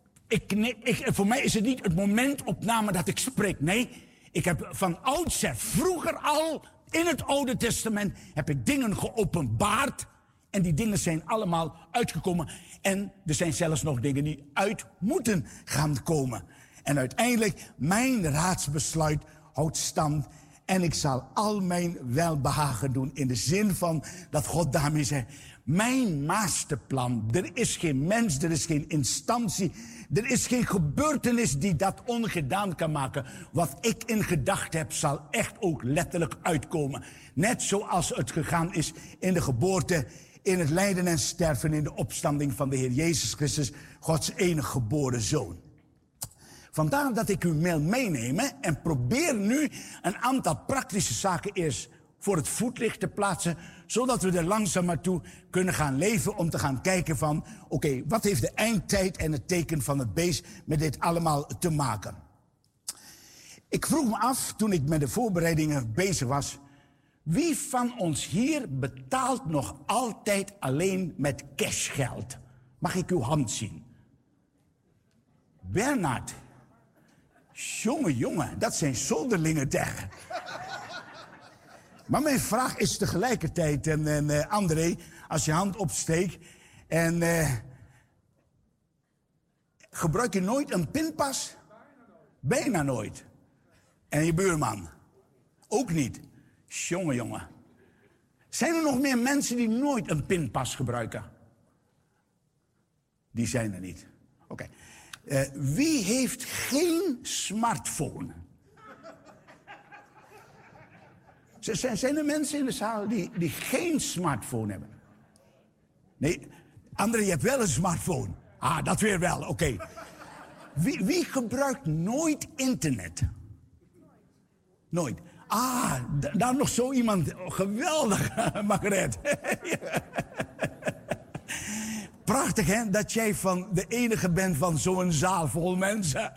voor mij is het niet het momentopname dat ik spreek. Nee, ik heb van oudsher, vroeger al, in het Oude Testament, heb ik dingen geopenbaard. En die dingen zijn allemaal uitgekomen. En er zijn zelfs nog dingen die uit moeten gaan komen. En uiteindelijk, mijn raadsbesluit houdt stand. En ik zal al mijn welbehagen doen. In de zin van dat God daarmee zegt, mijn masterplan. Er is geen mens, er is geen instantie. Er is geen gebeurtenis die dat ongedaan kan maken. Wat ik in gedachten heb, zal echt ook letterlijk uitkomen. Net zoals het gegaan is in de geboorte, in het lijden en sterven, in de opstanding van de Heer Jezus Christus, Gods enige geboren Zoon. Vandaar dat ik u wil meenemen en probeer nu een aantal praktische zaken eerst voor het voetlicht te plaatsen, zodat we er langzaam naartoe kunnen gaan leven om te gaan kijken van, oké, wat heeft de eindtijd en het teken van het beest met dit allemaal te maken? Ik vroeg me af, toen ik met de voorbereidingen bezig was, wie van ons hier betaalt nog altijd alleen met cashgeld? Mag ik uw hand zien? Bernard. Jongen, dat zijn zolderlingen tegen. Maar mijn vraag is tegelijkertijd, en André, als je hand opsteekt, en gebruik je nooit een pinpas? Bijna nooit. En je buurman? Ook niet. Jongen. Zijn er nog meer mensen die nooit een pinpas gebruiken? Die zijn er niet. Oké. Wie heeft geen smartphone? Zijn er mensen in de zaal die geen smartphone hebben? Nee, André, je hebt wel een smartphone. Ah, dat weer wel, oké. Wie gebruikt nooit internet? Nooit. Ah, daar nog zo iemand. Geweldig, Margaret. Prachtig, hè, dat jij van de enige bent van zo'n zaal vol mensen.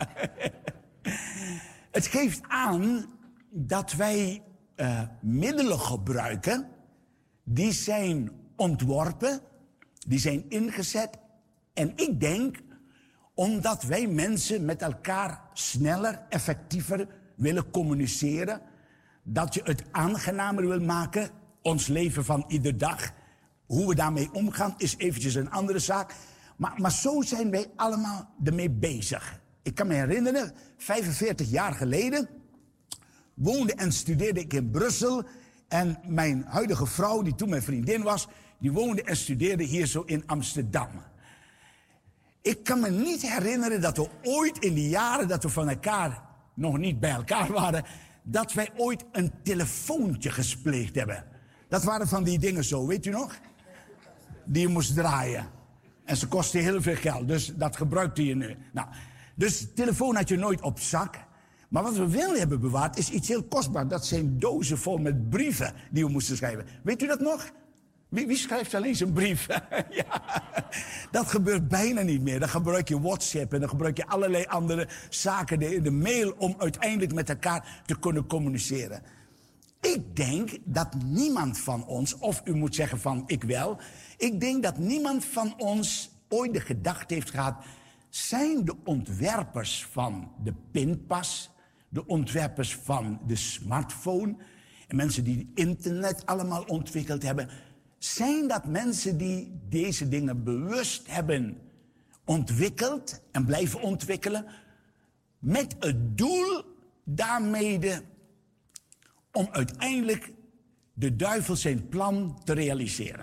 Het geeft aan dat wij middelen gebruiken, die zijn ontworpen, die zijn ingezet. En ik denk, omdat wij mensen met elkaar sneller, effectiever willen communiceren, dat je het aangenamer wil maken, ons leven van ieder dag. Hoe we daarmee omgaan is eventjes een andere zaak. Maar zo zijn wij allemaal ermee bezig. Ik kan me herinneren, 45 jaar geleden woonde en studeerde ik in Brussel. En mijn huidige vrouw, die toen mijn vriendin was, die woonde en studeerde hier zo in Amsterdam. Ik kan me niet herinneren dat we ooit in die jaren dat we van elkaar nog niet bij elkaar waren, dat wij ooit een telefoontje gespleegd hebben. Dat waren van die dingen zo, weet u nog? Die je moest draaien. En ze kostten heel veel geld, dus dat gebruikte je nu. Nou, dus telefoon had je nooit op zak. Maar wat we wel hebben bewaard is iets heel kostbaar. Dat zijn dozen vol met brieven die we moesten schrijven. Weet u dat nog? Wie schrijft alleen zijn brief? Ja, dat gebeurt bijna niet meer. Dan gebruik je WhatsApp en dan gebruik je allerlei andere zaken, de mail, om uiteindelijk met elkaar te kunnen communiceren. Ik denk dat niemand van ons, of u moet zeggen van ik wel, ik denk dat niemand van ons ooit de gedachte heeft gehad, zijn de ontwerpers van de pinpas, de ontwerpers van de smartphone en mensen die internet allemaal ontwikkeld hebben, zijn dat mensen die deze dingen bewust hebben ontwikkeld en blijven ontwikkelen met het doel daarmee om uiteindelijk de duivel zijn plan te realiseren.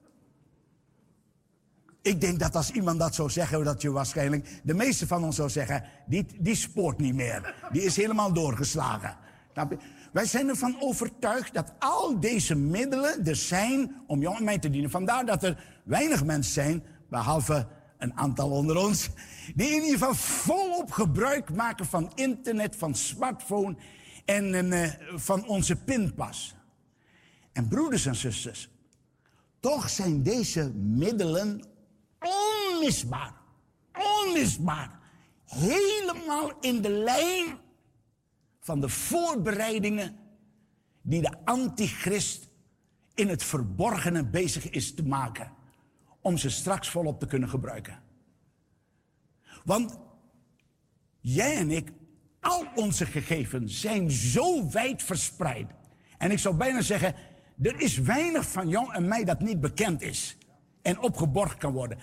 Ik denk dat als iemand dat zou zeggen, dat je waarschijnlijk, de meeste van ons zou zeggen, die spoort niet meer. Die is helemaal doorgeslagen. Wij zijn ervan overtuigd dat al deze middelen er zijn om jou en mij te dienen. Vandaar dat er weinig mensen zijn, behalve een aantal onder ons, die in ieder geval volop gebruik maken van internet, van smartphone en van onze pinpas. En broeders en zusters, toch zijn deze middelen onmisbaar. Onmisbaar. Helemaal in de lijn van de voorbereidingen die de antichrist in het verborgene bezig is te maken, om ze straks volop te kunnen gebruiken. Want jij en ik, al onze gegevens zijn zo wijd verspreid. En ik zou bijna zeggen, er is weinig van jou en mij dat niet bekend is en opgeborgen kan worden.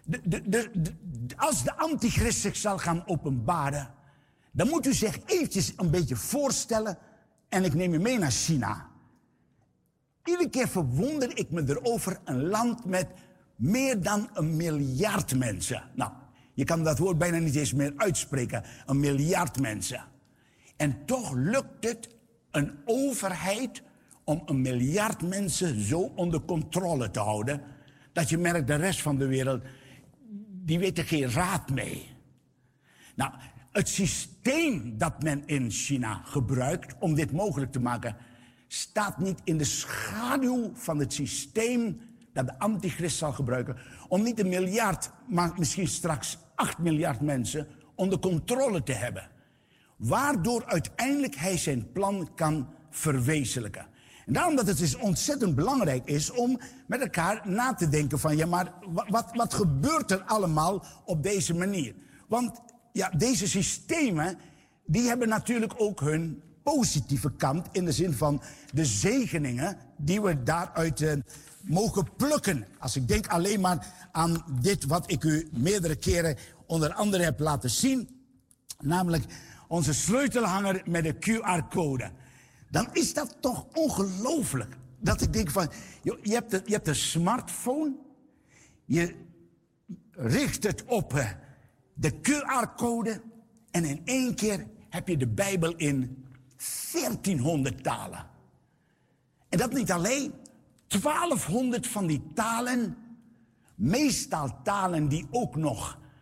Als de antichrist zich zal gaan openbaren, dan moet u zich eventjes een beetje voorstellen, en ik neem u mee naar China. Iedere keer verwonder ik me erover, een land met meer dan 1 miljard mensen. Nou, je kan dat woord bijna niet eens meer uitspreken, 1 miljard mensen. En toch lukt het een overheid om 1 miljard mensen zo onder controle te houden, dat je merkt, de rest van de wereld, die weet er geen raad mee. Nou, het systeem dat men in China gebruikt om dit mogelijk te maken, staat niet in de schaduw van het systeem dat de antichrist zal gebruiken om niet 1 miljard, maar misschien straks 8 miljard mensen onder controle te hebben. Waardoor uiteindelijk hij zijn plan kan verwezenlijken. En daarom dat het dus ontzettend belangrijk is om met elkaar na te denken van, ja, maar wat gebeurt er allemaal op deze manier? Want ja, deze systemen, die hebben natuurlijk ook hun positieve kant in de zin van de zegeningen die we daaruit mogen plukken. Als ik denk alleen maar aan dit wat ik u meerdere keren onder andere heb laten zien, namelijk onze sleutelhanger met de QR-code. Dan is dat toch ongelooflijk. Dat ik denk van, joh, je hebt een smartphone, je richt het op de QR-code en in 1 keer heb je de Bijbel in 1400 talen. En dat niet alleen, 1200 van die talen, meestal talen die ook nog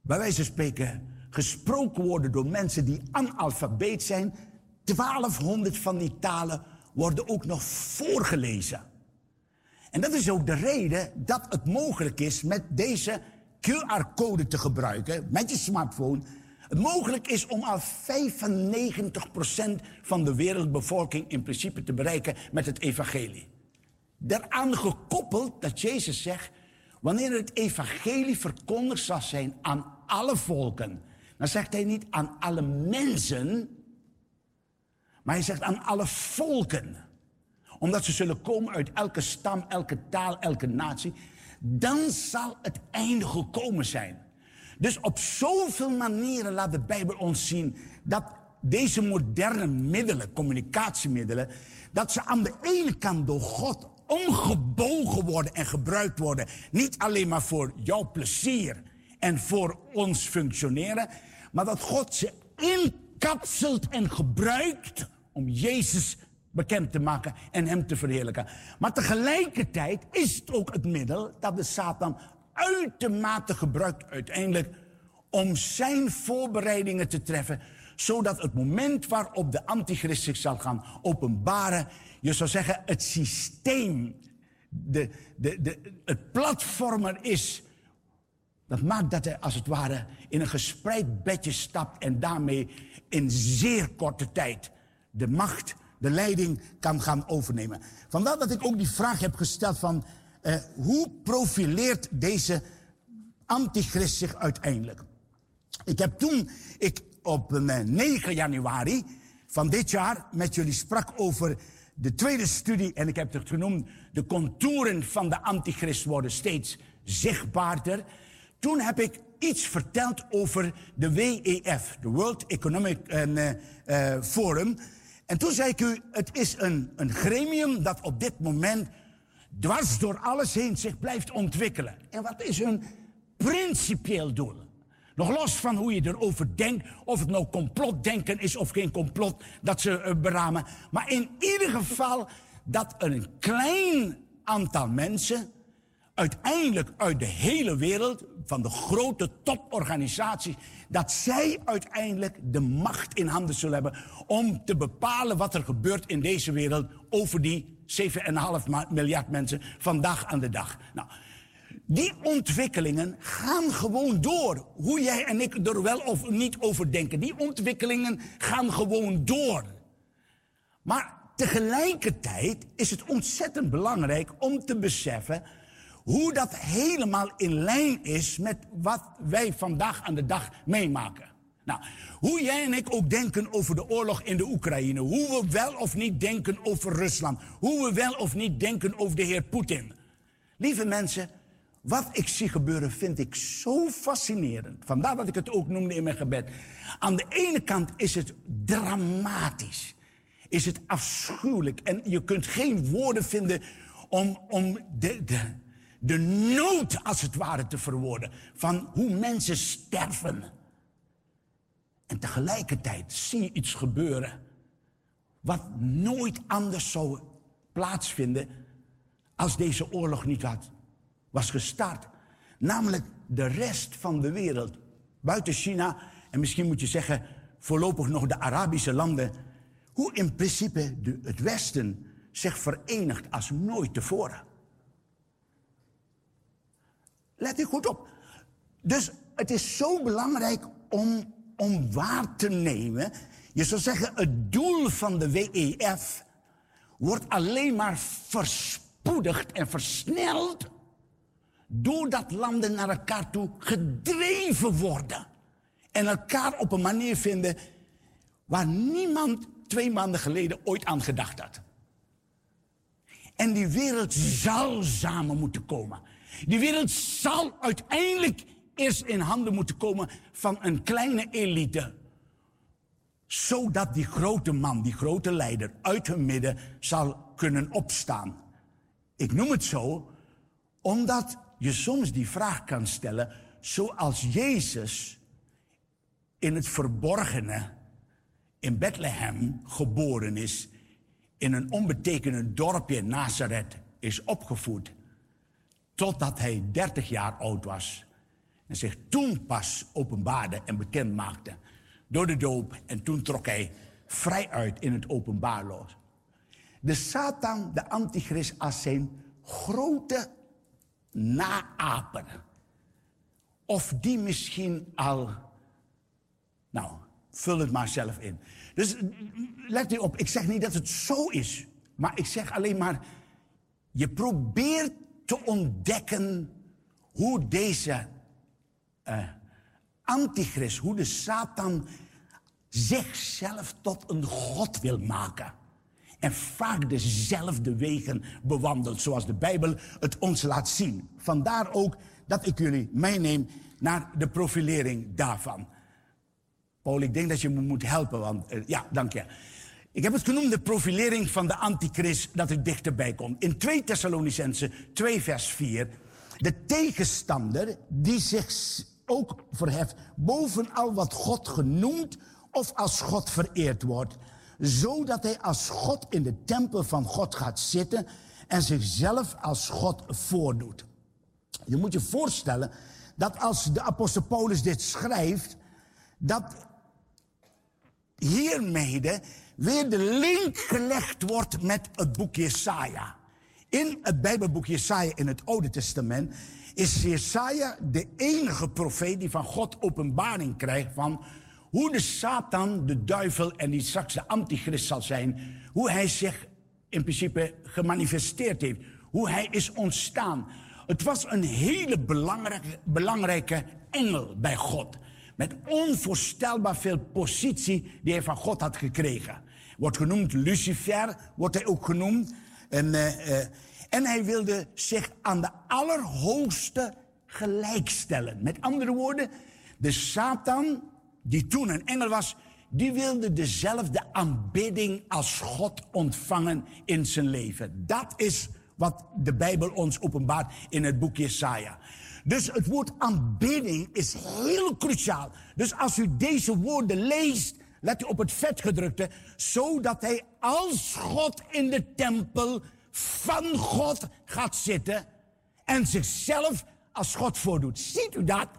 bij wijze van spreken, gesproken worden door mensen die analfabeet zijn. 1200 van die talen worden ook nog voorgelezen. En dat is ook de reden dat het mogelijk is met deze QR-code te gebruiken, met je smartphone. Het mogelijk is om al 95% van de wereldbevolking in principe te bereiken met het evangelie. Daaraan gekoppeld dat Jezus zegt, wanneer het evangelie verkondigd zal zijn aan alle volken, dan zegt hij niet aan alle mensen, maar hij zegt aan alle volken. Omdat ze zullen komen uit elke stam, elke taal, elke natie. Dan zal het einde gekomen zijn. Dus op zoveel manieren laat de Bijbel ons zien dat deze moderne middelen, communicatiemiddelen, dat ze aan de ene kant door God omgebogen worden en gebruikt worden. Niet alleen maar voor jouw plezier en voor ons functioneren, maar dat God ze inkapselt en gebruikt om Jezus bekend te maken en hem te verheerlijken. Maar tegelijkertijd is het ook het middel dat de Satan uitermate gebruikt uiteindelijk om zijn voorbereidingen te treffen, zodat het moment waarop de antichrist zich zal gaan openbaren, je zou zeggen het systeem, het platform er is, dat maakt dat hij als het ware in een gespreid bedje stapt en daarmee in zeer korte tijd de macht, de leiding kan gaan overnemen. Vandaar dat ik ook die vraag heb gesteld van hoe profileert deze antichrist zich uiteindelijk? Ik heb toen ik op 9 januari van dit jaar met jullie sprak over de tweede studie, en ik heb het genoemd, de contouren van de antichrist worden steeds zichtbaarder. Toen heb ik iets verteld over de WEF, de World Economic Forum. En toen zei ik u, het is een gremium dat op dit moment dwars door alles heen zich blijft ontwikkelen. En wat is hun principieel doel? Nog los van hoe je erover denkt, of het nou complotdenken is of geen complot dat ze beramen. Maar in ieder geval dat een klein aantal mensen uiteindelijk uit de hele wereld, van de grote toporganisaties, dat zij uiteindelijk de macht in handen zullen hebben om te bepalen wat er gebeurt in deze wereld over die 7,5 miljard mensen vandaag aan de dag. Nou, die ontwikkelingen gaan gewoon door. Hoe jij en ik er wel of niet over denken. Die ontwikkelingen gaan gewoon door. Maar tegelijkertijd is het ontzettend belangrijk om te beseffen hoe dat helemaal in lijn is met wat wij vandaag aan de dag meemaken. Nou, hoe jij en ik ook denken over de oorlog in de Oekraïne. Hoe we wel of niet denken over Rusland. Hoe we wel of niet denken over de heer Poetin. Lieve mensen, wat ik zie gebeuren vind ik zo fascinerend. Vandaar dat ik het ook noemde in mijn gebed. Aan de ene kant is het dramatisch. Is het afschuwelijk. En je kunt geen woorden vinden om de nood als het ware te verwoorden. Van hoe mensen sterven. En tegelijkertijd zie je iets gebeuren wat nooit anders zou plaatsvinden als deze oorlog niet was gestart. Namelijk de rest van de wereld, buiten China en misschien moet je zeggen voorlopig nog de Arabische landen, hoe in principe het Westen zich verenigt als nooit tevoren. Let u goed op. Dus het is zo belangrijk om waar te nemen. Je zou zeggen, het doel van de WEF wordt alleen maar verspoedigd en versneld doordat landen naar elkaar toe gedreven worden. En elkaar op een manier vinden waar niemand 2 maanden geleden ooit aan gedacht had. En die wereld zal samen moeten komen. Die wereld zal uiteindelijk eerst in handen moeten komen van een kleine elite. Zodat die grote man, die grote leider uit hun midden zal kunnen opstaan. Ik noem het zo, omdat je soms die vraag kan stellen, zoals Jezus in het verborgene in Bethlehem geboren is, in een onbetekenend dorpje Nazareth is opgevoed, totdat hij 30 jaar oud was. En zich toen pas openbaarde en bekend maakte door de doop. En toen trok hij vrij uit in het openbaar los. De Satan, de antichrist, als zijn grote naaper. Of die misschien al... Nou, vul het maar zelf in. Dus let u op, ik zeg niet dat het zo is. Maar ik zeg alleen maar... Je probeert te ontdekken hoe deze antichrist, hoe de Satan zichzelf tot een god wil maken. En vaak dezelfde wegen bewandelt, zoals de Bijbel het ons laat zien. Vandaar ook dat ik jullie meeneem naar de profilering daarvan. Paul, ik denk dat je me moet helpen, want ja, dank je. Ik heb het genoemd de profilering van de antichrist, dat het dichterbij komt. In 2 Thessalonicenzen 2 vers 4... De tegenstander die zich ook verheft bovenal wat God genoemd of als God vereerd wordt. Zodat hij als God in de tempel van God gaat zitten en zichzelf als God voordoet. Je moet je voorstellen dat als de apostel Paulus dit schrijft, dat hiermede weer de link gelegd wordt met het boek Jesaja. In het Bijbelboek Jesaja in het Oude Testament is Jesaja de enige profeet die van God openbaring krijgt van hoe de Satan, de duivel en die straks de antichrist zal zijn, hoe hij zich in principe gemanifesteerd heeft, hoe hij is ontstaan. Het was een hele belangrijke engel bij God, met onvoorstelbaar veel positie die hij van God had gekregen. Wordt genoemd Lucifer, wordt hij ook genoemd. En hij wilde zich aan de Allerhoogste gelijkstellen. Met andere woorden, de Satan, die toen een engel was, die wilde dezelfde aanbidding als God ontvangen in zijn leven. Dat is wat de Bijbel ons openbaart in het boek Jesaja. Dus het woord aanbidding is heel cruciaal. Dus als u deze woorden leest, let u op het vetgedrukte, zodat hij als God in de tempel van God gaat zitten en zichzelf als God voordoet. Ziet u dat?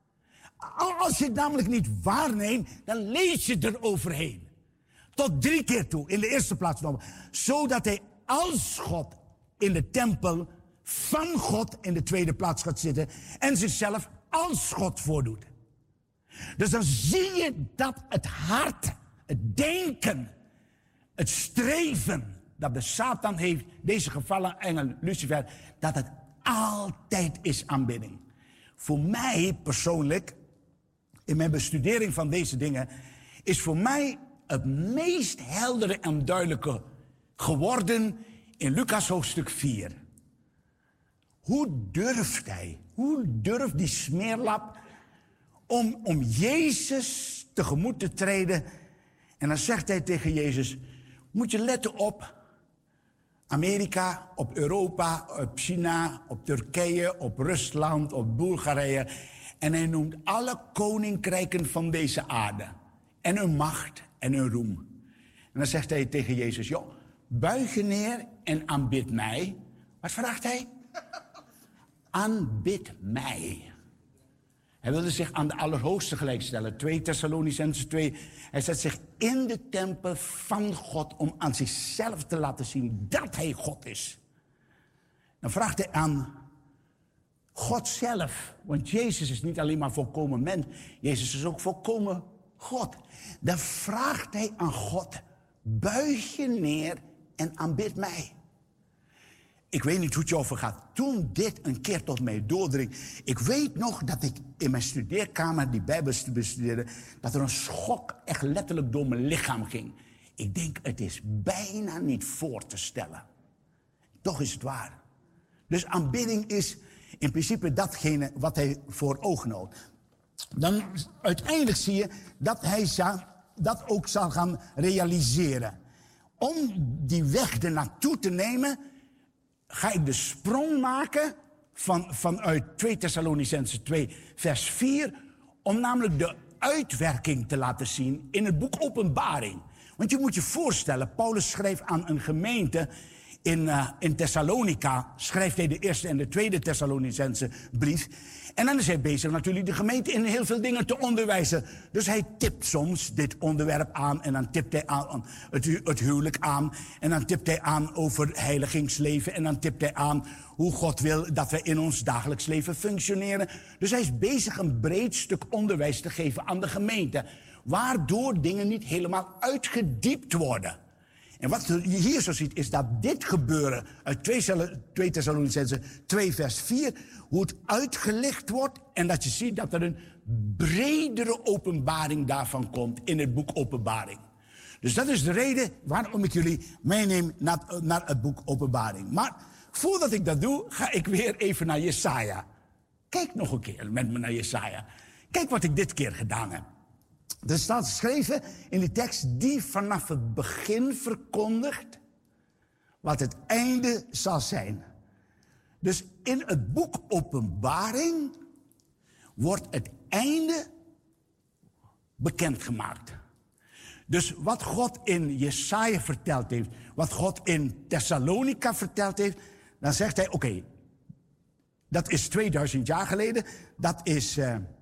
Als je het namelijk niet waarneemt, dan lees je er overheen. Tot 3 keer toe, in de eerste plaats nog. Zodat hij als God in de tempel van God in de tweede plaats gaat zitten en zichzelf als God voordoet. Dus dan zie je dat het hart, het denken, het streven dat de Satan heeft, deze gevallen engel Lucifer, dat het altijd is aanbidding. Voor mij persoonlijk, in mijn bestudering van deze dingen, is voor mij het meest heldere en duidelijke geworden in Lucas hoofdstuk 4. Hoe durft hij, hoe durft die smeerlap om Jezus tegemoet te treden? En dan zegt hij tegen Jezus, moet je letten op Amerika, op Europa, op China, op Turkije, op Rusland, op Bulgarije. En hij noemt alle koninkrijken van deze aarde. En hun macht en hun roem. En dan zegt hij tegen Jezus, joh, buig je neer en aanbid mij. Wat vraagt hij? Aanbid mij. Hij wilde zich aan de Allerhoogste gelijkstellen. 2 Thessalonicenzen 2. Hij zet zich in de tempel van God om aan zichzelf te laten zien dat hij God is. Dan vraagt hij aan God zelf. Want Jezus is niet alleen maar volkomen mens. Jezus is ook volkomen God. Dan vraagt hij aan God, buig je neer en aanbid mij. Ik weet niet hoe het je overgaat. Toen dit een keer tot mij doordring. Ik weet nog dat ik in mijn studeerkamer die Bijbel bestudeerde, dat er een schok echt letterlijk door mijn lichaam ging. Ik denk, het is bijna niet voor te stellen. Toch is het waar. Dus aanbidding is in principe datgene wat hij voor ogen houdt. Dan uiteindelijk zie je dat hij dat ook zal gaan realiseren. Om die weg ernaartoe te nemen, ga ik de sprong maken vanuit 2 Thessalonicenzen 2 vers 4... om namelijk de uitwerking te laten zien in het boek Openbaring. Want je moet je voorstellen, Paulus schreef aan een gemeente in Thessalonica schrijft hij de eerste en de tweede Thessalonicense brief. En dan is hij bezig natuurlijk de gemeente in heel veel dingen te onderwijzen. Dus hij tipt soms dit onderwerp aan en dan tipt hij aan het huwelijk aan. En dan tipt hij aan over heiligingsleven en dan tipt hij aan hoe God wil dat we in ons dagelijks leven functioneren. Dus hij is bezig een breed stuk onderwijs te geven aan de gemeente. Waardoor dingen niet helemaal uitgediept worden. En wat je hier zo ziet is dat dit gebeuren uit 2 Thessalonicenzen 2 vers 4... hoe het uitgelegd wordt en dat je ziet dat er een bredere openbaring daarvan komt in het boek Openbaring. Dus dat is de reden waarom ik jullie meeneem naar het boek Openbaring. Maar voordat ik dat doe, ga ik weer even naar Jesaja. Kijk nog een keer met me naar Jesaja. Kijk wat ik dit keer gedaan heb. Er staat geschreven in die tekst die vanaf het begin verkondigt wat het einde zal zijn. Dus in het boek Openbaring wordt het einde bekendgemaakt. Dus wat God in Jesaja verteld heeft, wat God in Thessalonica verteld heeft, dan zegt hij, oké, dat is 2000 jaar geleden, dat is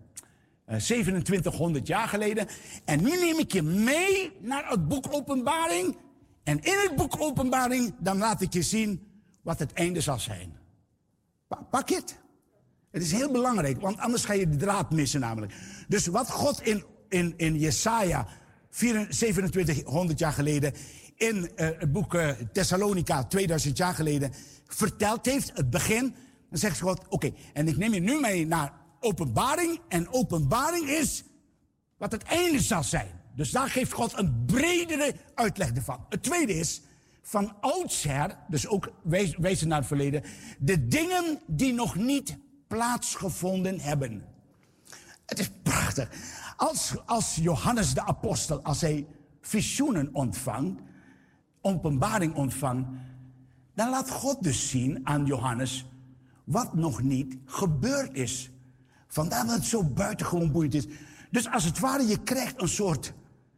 2700 jaar geleden. En nu neem ik je mee naar het boek Openbaring. En in het boek Openbaring, dan laat ik je zien wat het einde zal zijn. Pak het. Het is heel belangrijk, want anders ga je de draad missen namelijk. Dus wat God in Jesaja 2700 jaar geleden, in het boek Thessalonica 2000 jaar geleden, verteld heeft, het begin, dan zegt God, oké, en ik neem je nu mee naar Openbaring. En Openbaring is wat het einde zal zijn. Dus daar geeft God een bredere uitleg ervan. Het tweede is, van oudsher, dus ook wijzen naar het verleden, de dingen die nog niet plaatsgevonden hebben. Het is prachtig. Als Johannes de apostel, als hij visioenen ontvangt, openbaring ontvangt, dan laat God dus zien aan Johannes wat nog niet gebeurd is. Vandaar dat het zo buitengewoon boeiend is. Dus als het ware, je krijgt een soort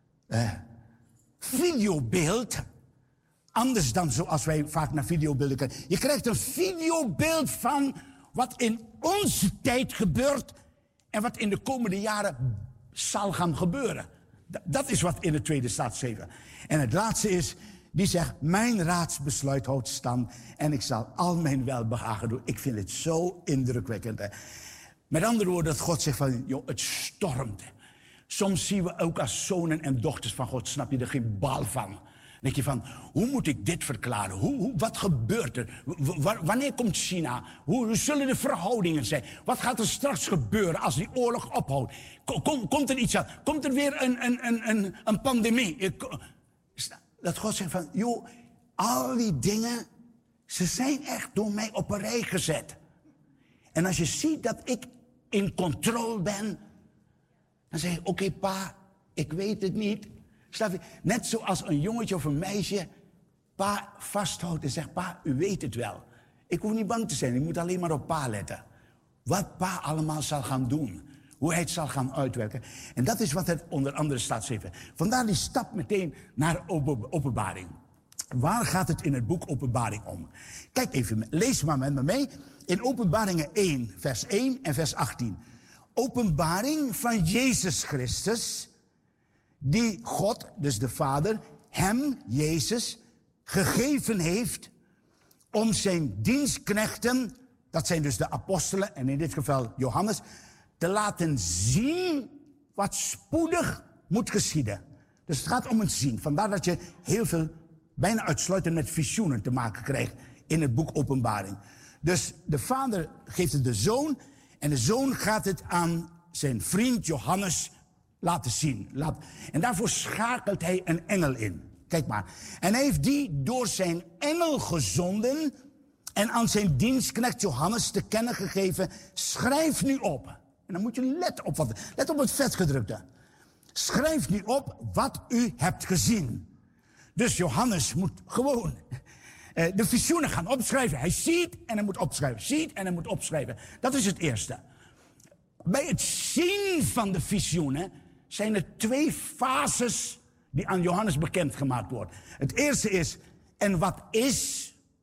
videobeeld. Anders dan zoals wij vaak naar videobeelden kijken. Je krijgt een videobeeld van wat in onze tijd gebeurt en wat in de komende jaren zal gaan gebeuren. Dat is wat in de tweede staat geschreven. En het laatste is, die zegt, mijn raadsbesluit houdt stand en ik zal al mijn welbehagen doen. Ik vind het zo indrukwekkend. Hè. Met andere woorden, dat God zegt van, joh, het stormt. Soms zien we ook als zonen en dochters van God, snap je er geen bal van. Dan denk je van, hoe moet ik dit verklaren? Wat gebeurt er? Wanneer komt China? Hoe zullen de verhoudingen zijn? Wat gaat er straks gebeuren als die oorlog ophoudt? Komt er iets aan? Komt er weer een pandemie? Dat God zegt van, joh, al die dingen, ze zijn echt door mij op een rij gezet. En als je ziet dat ik in controle ben, dan zeg je, oké, pa, ik weet het niet. Snap je? Net zoals een jongetje of een meisje pa vasthoudt en zegt, pa, u weet het wel. Ik hoef niet bang te zijn, ik moet alleen maar op pa letten. Wat pa allemaal zal gaan doen. Hoe hij het zal gaan uitwerken. En dat is wat het onder andere staat geschreven. Vandaar die stap meteen naar openbaring. Waar gaat het in het boek Openbaring om? Kijk even, lees maar met me mee. In Openbaringen 1, vers 1 en vers 18. Openbaring van Jezus Christus, die God, dus de Vader, hem, Jezus, gegeven heeft om zijn dienstknechten, dat zijn dus de apostelen, en in dit geval Johannes, te laten zien wat spoedig moet geschieden. Dus het gaat om het zien. Vandaar dat je heel veel, bijna uitsluitend met visioenen te maken krijgt in het boek Openbaring. Dus de Vader geeft het de Zoon en de Zoon gaat het aan zijn vriend Johannes laten zien. En daarvoor schakelt hij een engel in. Kijk maar. En hij heeft die door zijn engel gezonden en aan zijn dienstknecht Johannes te kennen gegeven. Schrijf nu op. En dan moet je let op het vetgedrukte. Schrijf nu op wat u hebt gezien. Dus Johannes moet gewoon de visioenen gaan opschrijven. Hij ziet en hij moet opschrijven. Ziet en hij moet opschrijven. Dat is het eerste. Bij het zien van de visioenen zijn er 2 fases die aan Johannes bekendgemaakt worden. Het eerste is, en wat is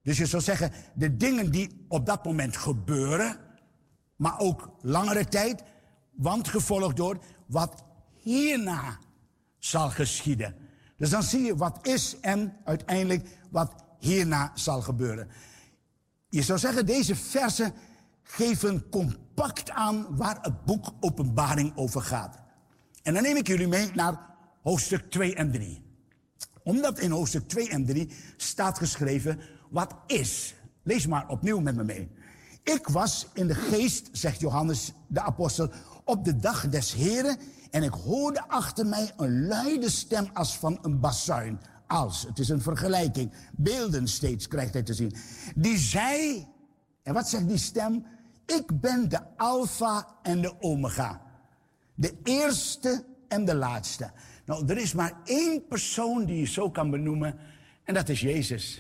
Dus je zou zeggen, de dingen die op dat moment gebeuren, maar ook langere tijd, want gevolgd door wat hierna zal geschieden. Dus dan zie je wat is en uiteindelijk wat hierna zal gebeuren. Je zou zeggen, deze versen geven compact aan waar het boek Openbaring over gaat. En dan neem ik jullie mee naar hoofdstuk 2 en 3. Omdat in hoofdstuk 2 en 3 staat geschreven, wat is. Lees maar opnieuw met me mee. Ik was in de geest, zegt Johannes de apostel, op de dag des Heren, en ik hoorde achter mij een luide stem als van een bazuin. Het is een vergelijking, beelden steeds krijgt hij te zien. Die zei, en wat zegt die stem? Ik ben de Alpha en de Omega. De eerste en de laatste. Nou, er is maar één persoon die je zo kan benoemen, en dat is Jezus.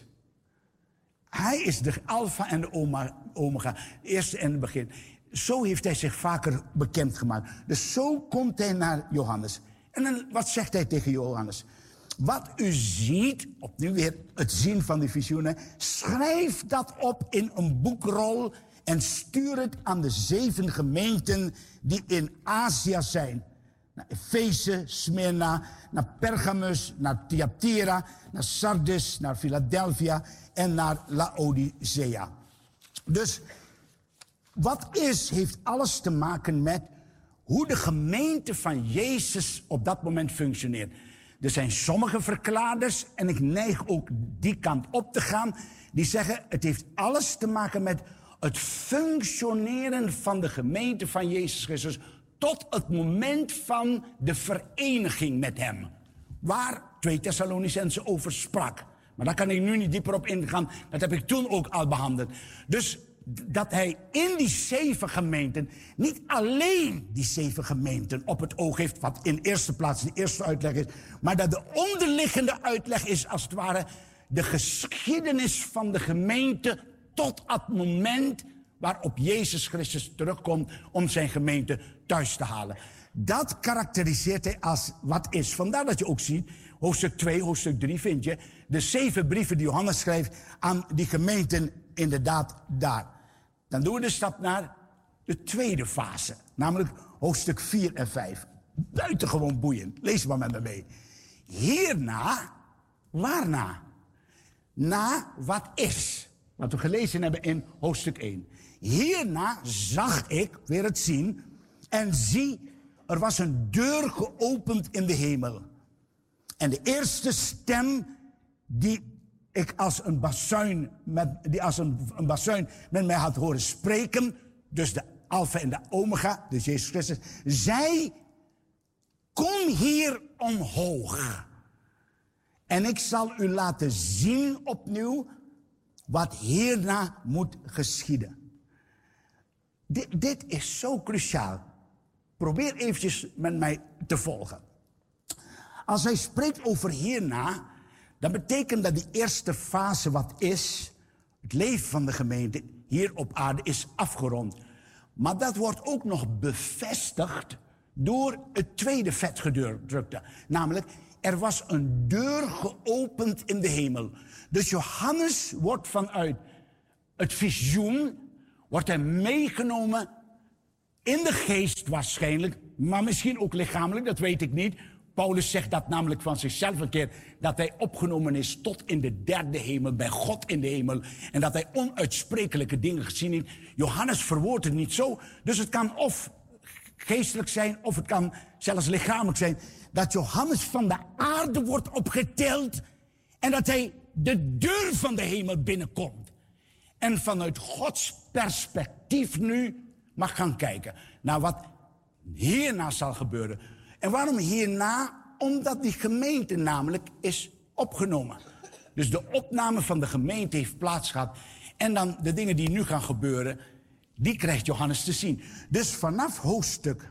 Hij is de Alpha en de Omega, de eerste en het begin. Zo heeft hij zich vaker bekendgemaakt. Dus zo komt hij naar Johannes. En dan, wat zegt hij tegen Johannes? Wat u ziet, opnieuw weer het zien van die visioenen, schrijf dat op in een boekrol en stuur het aan de 7 gemeenten die in Azië zijn. Naar Efeze, Smyrna, naar Pergamus, naar Thyatira, naar Sardis, naar Philadelphia en naar Laodicea. Dus wat is, heeft alles te maken met hoe de gemeente van Jezus op dat moment functioneert. Er zijn sommige verklaarders, en ik neig ook die kant op te gaan, die zeggen het heeft alles te maken met het functioneren van de gemeente van Jezus Christus tot het moment van de vereniging met hem. Waar 2 Thessalonicenzen over sprak. Maar daar kan ik nu niet dieper op ingaan. Dat heb ik toen ook al behandeld. Dus dat hij in die 7 gemeenten, niet alleen die 7 gemeenten op het oog heeft, wat in eerste plaats de eerste uitleg is, maar dat de onderliggende uitleg is als het ware de geschiedenis van de gemeente tot het moment waarop Jezus Christus terugkomt om zijn gemeente thuis te halen. Dat karakteriseert hij als wat is. Vandaar dat je ook ziet, hoofdstuk 2, hoofdstuk 3 vind je de 7 brieven die Johannes schrijft aan die gemeenten inderdaad daar. Dan doen we de stap naar de tweede fase, namelijk hoofdstuk 4 en 5. Buitengewoon boeiend. Lees maar met me mee. Hierna, waarna? Na wat is. Wat we gelezen hebben in hoofdstuk 1. Hierna zag ik, weer het zien, en zie, er was een deur geopend in de hemel. En de eerste stem die ik als een bazuin met mij had horen spreken, dus de Alpha en de Omega, dus Jezus Christus, zei, kom hier omhoog. En ik zal u laten zien opnieuw wat hierna moet geschieden. Dit is zo cruciaal. Probeer eventjes met mij te volgen. Als hij spreekt over hierna, dan betekent dat die eerste fase wat is, het leven van de gemeente hier op aarde is afgerond. Maar dat wordt ook nog bevestigd door het tweede vetgedrukte. Namelijk, er was een deur geopend in de hemel. Dus Johannes wordt vanuit het visioen, wordt hij meegenomen in de geest waarschijnlijk, maar misschien ook lichamelijk, dat weet ik niet. Paulus zegt dat namelijk van zichzelf een keer, dat hij opgenomen is tot in de 3e hemel, bij God in de hemel. En dat hij onuitsprekelijke dingen gezien heeft. Johannes verwoordt het niet zo, dus het kan of geestelijk zijn, of het kan zelfs lichamelijk zijn. Dat Johannes van de aarde wordt opgetild en dat hij de deur van de hemel binnenkomt. En vanuit Gods perspectief nu mag gaan kijken naar wat hierna zal gebeuren. En waarom hierna? Omdat die gemeente namelijk is opgenomen. Dus de opname van de gemeente heeft plaatsgehad. En dan de dingen die nu gaan gebeuren, die krijgt Johannes te zien. Dus vanaf hoofdstuk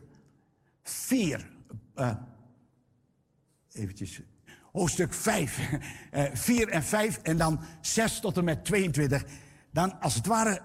4, hoofdstuk 5, 4 en 5 en dan 6 tot en met 22. Dan als het ware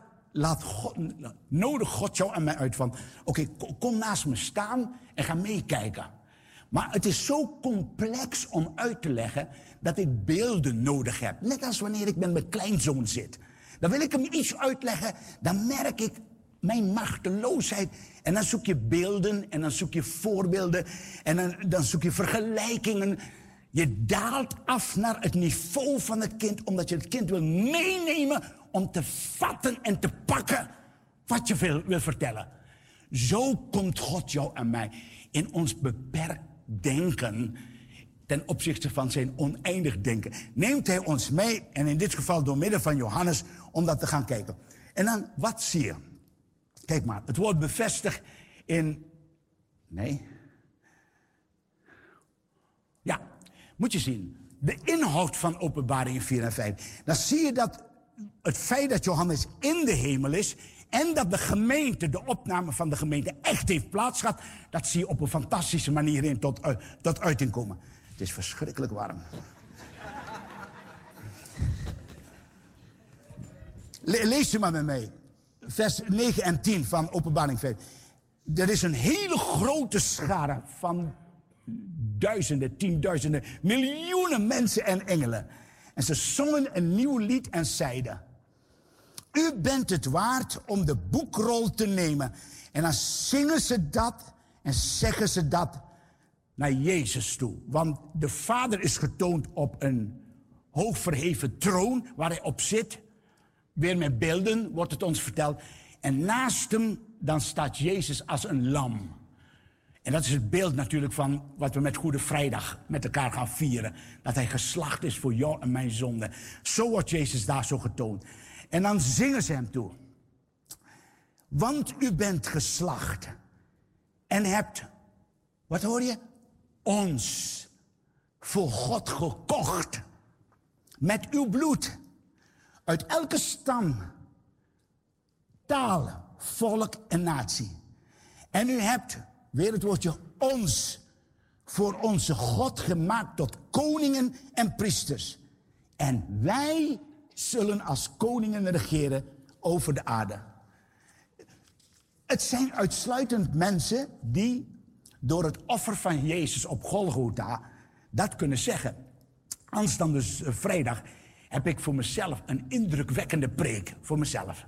nodig God jou en mij uit van, oké, kom naast me staan en ga meekijken. Maar het is zo complex om uit te leggen dat ik beelden nodig heb. Net als wanneer ik met mijn kleinzoon zit. Dan wil ik hem iets uitleggen, dan merk ik mijn machteloosheid. En dan zoek je beelden en dan zoek je voorbeelden en dan zoek je vergelijkingen. Je daalt af naar het niveau van het kind, omdat je het kind wil meenemen om te vatten en te pakken wat je wil vertellen. Zo komt God jou en mij in ons beperkt denken ten opzichte van zijn oneindig denken. Neemt hij ons mee, en in dit geval door middel van Johannes, om dat te gaan kijken. En dan, wat zie je? Kijk maar, het wordt bevestigd in... Nee. Ja, moet je zien. De inhoud van Openbaring 4 en 5. Dan zie je dat het feit dat Johannes in de hemel is en dat de gemeente, de opname van de gemeente echt heeft plaatsgehad, dat zie je op een fantastische manier in tot uiting komen. Het is verschrikkelijk warm. Lees je maar met mij. Vers 9 en 10 van Openbaring 5. Er is een hele grote schare van duizenden, tienduizenden, miljoenen mensen en engelen. En ze zongen een nieuw lied en zeiden: U bent het waard om de boekrol te nemen. En dan zingen ze dat en zeggen ze dat naar Jezus toe. Want de Vader is getoond op een hoogverheven troon waar hij op zit. Weer met beelden wordt het ons verteld. En naast hem dan staat Jezus als een lam. En dat is het beeld natuurlijk van wat we met Goede Vrijdag met elkaar gaan vieren. Dat hij geslacht is voor jou en mijn zonde. Zo wordt Jezus daar zo getoond. En dan zingen ze hem toe. Want u bent geslacht. En hebt, wat hoor je? Ons voor God gekocht. Met uw bloed. Uit elke stam, taal, volk en natie. En u hebt, weer het woordje, ons voor onze God gemaakt tot koningen en priesters. En wij zullen als koningen regeren over de aarde. Het zijn uitsluitend mensen die door het offer van Jezus op Golgotha dat kunnen zeggen. Aanstaande vrijdag heb ik voor mezelf een indrukwekkende preek voor mezelf.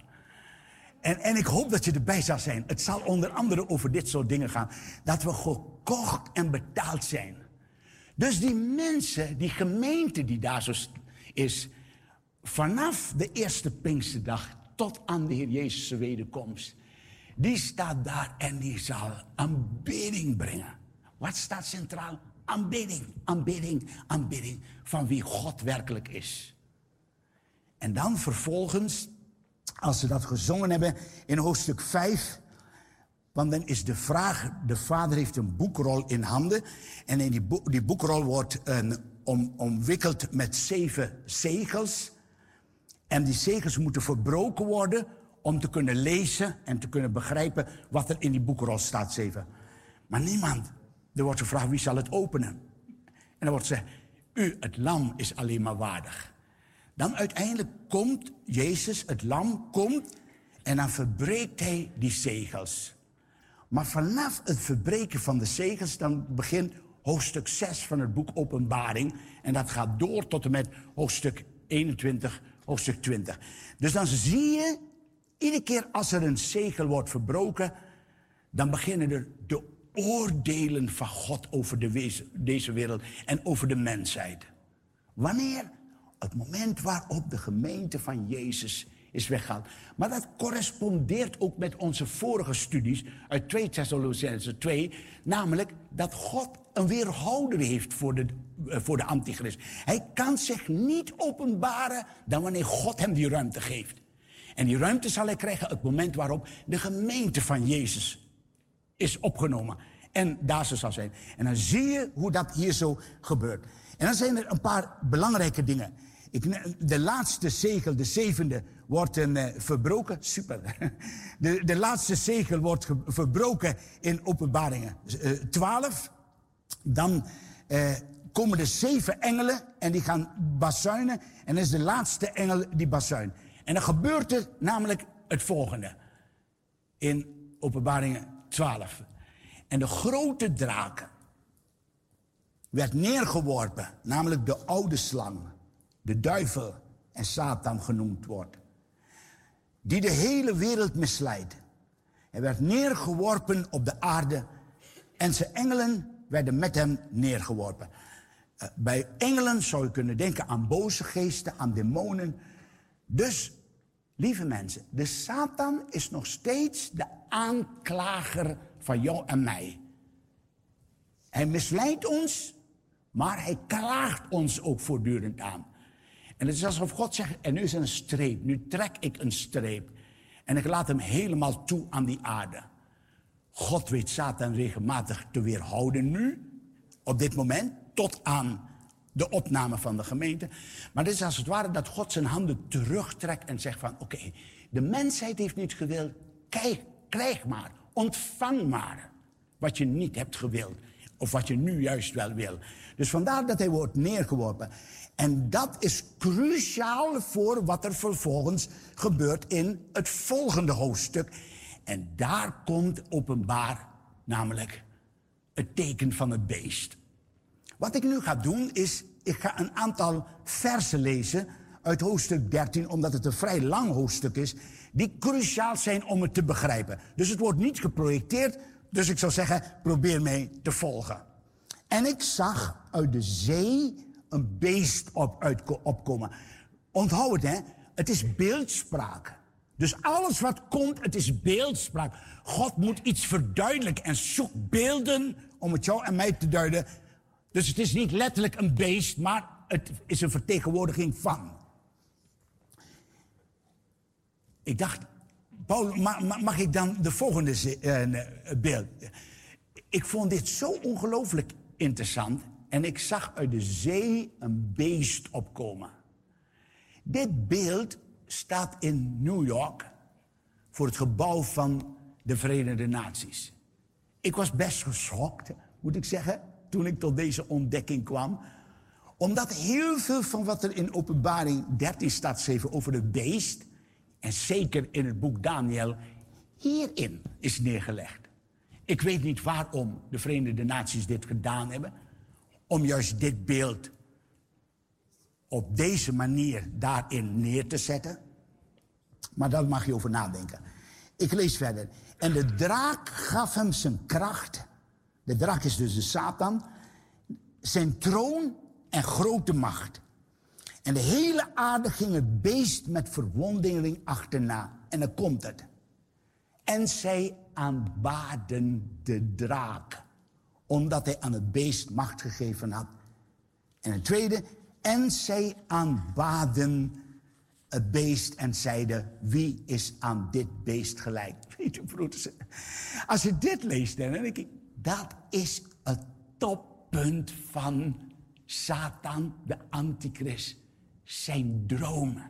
En ik hoop dat je erbij zal zijn. Het zal onder andere over dit soort dingen gaan. Dat we gekocht en betaald zijn. Dus die mensen, die gemeente die daar zo is, vanaf de eerste Pinksterdag tot aan de Heer Jezus' wederkomst, die staat daar en die zal aanbidding brengen. Wat staat centraal? Aanbidding, aanbidding, aanbidding van wie God werkelijk is. En dan vervolgens, als ze dat gezongen hebben in hoofdstuk 5, want dan is de vraag, de Vader heeft een boekrol in handen en in die boekrol wordt omwikkeld met 7 zegels. En die zegels moeten verbroken worden om te kunnen lezen en te kunnen begrijpen wat er in die boekrol staat, 7. Maar niemand, er wordt gevraagd wie zal het openen. En dan wordt gezegd, u, het lam, is alleen maar waardig. Dan uiteindelijk komt Jezus, het lam, komt en dan verbreekt hij die zegels. Maar vanaf het verbreken van de zegels, dan begint hoofdstuk 6 van het boek Openbaring. En dat gaat door tot en met hoofdstuk 21, hoofdstuk 20. Dus dan zie je, iedere keer als er een zegel wordt verbroken, dan beginnen er de oordelen van God over deze wereld en over de mensheid. Wanneer? Het moment waarop de gemeente van Jezus is weggehaald. Maar dat correspondeert ook met onze vorige studies uit 2 Thessalonicenzen 2. Namelijk dat God een weerhouder heeft voor de antichrist. Hij kan zich niet openbaren dan wanneer God hem die ruimte geeft. En die ruimte zal hij krijgen op het moment waarop de gemeente van Jezus is opgenomen. En daar zo zal zijn. En dan zie je hoe dat hier zo gebeurt. En dan zijn er een paar belangrijke dingen. De laatste zegel, de 7e, wordt verbroken. Super. De laatste zegel wordt verbroken in Openbaringen 12. Dan komen de 7 engelen en die gaan bazuinen. En dat is de laatste engel die bazuint. En dan gebeurt er namelijk het volgende. In Openbaringen 12. En de grote draak, werd neergeworpen, namelijk de oude slang, de duivel en Satan genoemd wordt, die de hele wereld misleidt. Hij werd neergeworpen op de aarde en zijn engelen werden met hem neergeworpen. Bij engelen zou je kunnen denken aan boze geesten, aan demonen. Dus, lieve mensen, de Satan is nog steeds de aanklager van jou en mij. Hij misleidt ons, maar hij klaagt ons ook voortdurend aan. En het is alsof God zegt, en nu is er een streep, nu trek ik een streep. En ik laat hem helemaal toe aan die aarde. God weet Satan regelmatig te weerhouden nu, op dit moment, tot aan de opname van de gemeente. Maar het is als het ware dat God zijn handen terugtrekt en zegt van, oké, de mensheid heeft niet gewild, krijg maar, ontvang maar wat je niet hebt gewild. Of wat je nu juist wel wil. Dus vandaar dat hij wordt neergeworpen. En dat is cruciaal voor wat er vervolgens gebeurt in het volgende hoofdstuk. En daar komt openbaar namelijk het teken van het beest. Wat ik nu ga doen is, ik ga een aantal versen lezen uit hoofdstuk 13, omdat het een vrij lang hoofdstuk is, die cruciaal zijn om het te begrijpen. Dus het wordt niet geprojecteerd, dus ik zou zeggen, probeer mij te volgen. En ik zag uit de zee een beest opkomen. Onthoud het, hè? Het is beeldspraak. Dus alles wat komt, het is beeldspraak. God moet iets verduidelijken en zoekt beelden om het jou en mij te duiden. Dus het is niet letterlijk een beest, maar het is een vertegenwoordiging van. Ik dacht, Paul, mag ik dan de volgende beeld? Ik vond dit zo ongelooflijk interessant. En ik zag uit de zee een beest opkomen. Dit beeld staat in New York voor het gebouw van de Verenigde Naties. Ik was best geschokt, moet ik zeggen, toen ik tot deze ontdekking kwam. Omdat heel veel van wat er in Openbaring 13 staat geschreven over het beest, en zeker in het boek Daniel, hierin is neergelegd. Ik weet niet waarom de Verenigde Naties dit gedaan hebben, om juist dit beeld op deze manier daarin neer te zetten. Maar daar mag je over nadenken. Ik lees verder. En de draak gaf hem zijn kracht. De draak is dus de Satan. Zijn troon en grote macht. En de hele aarde ging het beest met verwondering achterna. En dan komt het. En zij aanbaden de draak, omdat hij aan het beest macht gegeven had. En het tweede, en zij aanbaden het beest en zeiden, wie is aan dit beest gelijk? Weet je, broeders, als je dit leest, dan denk ik, dat is het toppunt van Satan, de antichrist, zijn dromen.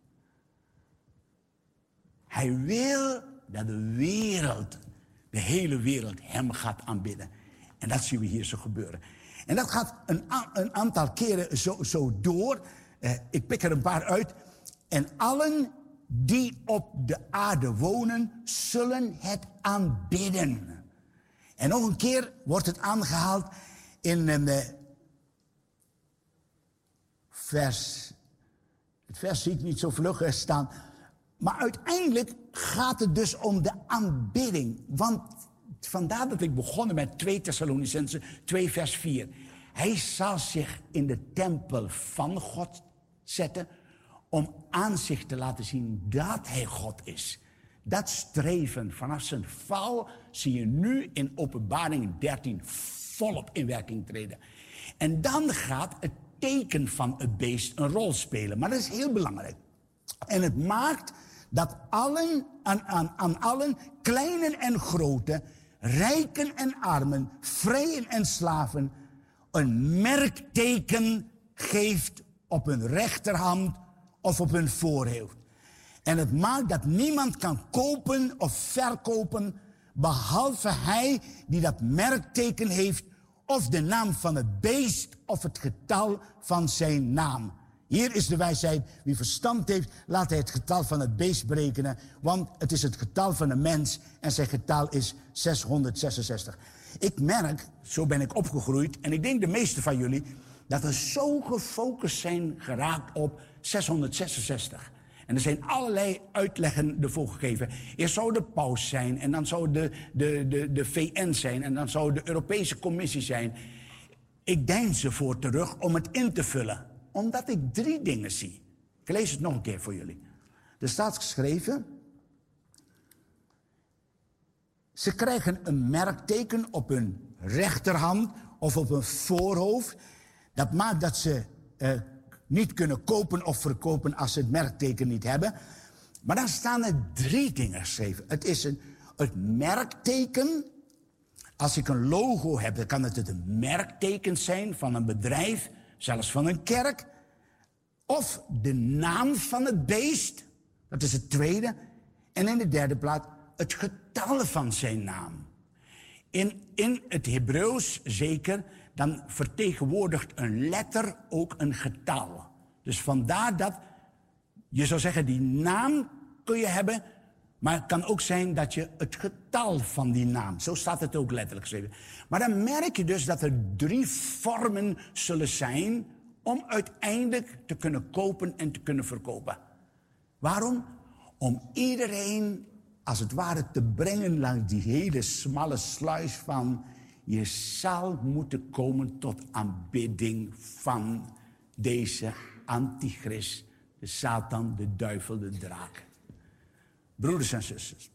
Hij wil dat de wereld, de hele wereld, hem gaat aanbidden. En dat zien we hier zo gebeuren. En dat gaat een aantal keren zo door. Ik pik er een paar uit. En allen die op de aarde wonen, zullen het aanbidden. En nog een keer wordt het aangehaald in het vers zie ik niet zo vlug staan. Maar uiteindelijk gaat het dus om de aanbidding. Want vandaar dat ik begonnen met 2 Thessalonicenzen 2 vers 4. Hij zal zich in de tempel van God zetten om aan zich te laten zien dat hij God is. Dat streven vanaf zijn val zie je nu in Openbaring 13 volop in werking treden. En dan gaat het teken van het beest een rol spelen. Maar dat is heel belangrijk. En het maakt dat aan allen, kleinen en groten, rijken en armen, vrijen en slaven, een merkteken geeft op hun rechterhand of op hun voorhoofd. En het maakt dat niemand kan kopen of verkopen, behalve hij die dat merkteken heeft, of de naam van het beest of het getal van zijn naam. Hier is de wijsheid. Wie verstand heeft, laat hij het getal van het beest berekenen. Want het is het getal van een mens en zijn getal is 666. Ik merk, zo ben ik opgegroeid, en ik denk de meeste van jullie, dat we zo gefocust zijn geraakt op 666. En er zijn allerlei uitleggen ervoor gegeven. Eerst zou de paus zijn, en dan zou de VN zijn, en dan zou de Europese Commissie zijn. Ik deins ervoor terug om het in te vullen, omdat ik 3 dingen zie. Ik lees het nog een keer voor jullie. Er staat geschreven: ze krijgen een merkteken op hun rechterhand of op hun voorhoofd. Dat maakt dat ze niet kunnen kopen of verkopen als ze het merkteken niet hebben. Maar dan staan er 3 dingen geschreven. Het is het merkteken. Als ik een logo heb, dan kan het een merkteken zijn van een bedrijf, zelfs van een kerk. Of de naam van het beest. Dat is het tweede. En in de derde plaats het getal van zijn naam. In het Hebreeuws zeker, dan vertegenwoordigt een letter ook een getal. Dus vandaar dat je zou zeggen, die naam kun je hebben, maar het kan ook zijn dat je het getal van die naam, zo staat het ook letterlijk geschreven. Maar dan merk je dus dat er 3 vormen zullen zijn om uiteindelijk te kunnen kopen en te kunnen verkopen. Waarom? Om iedereen als het ware te brengen langs die hele smalle sluis van je zal moeten komen tot aanbidding van deze antichrist, de Satan, de duivel, de draak. Broeders en zusters,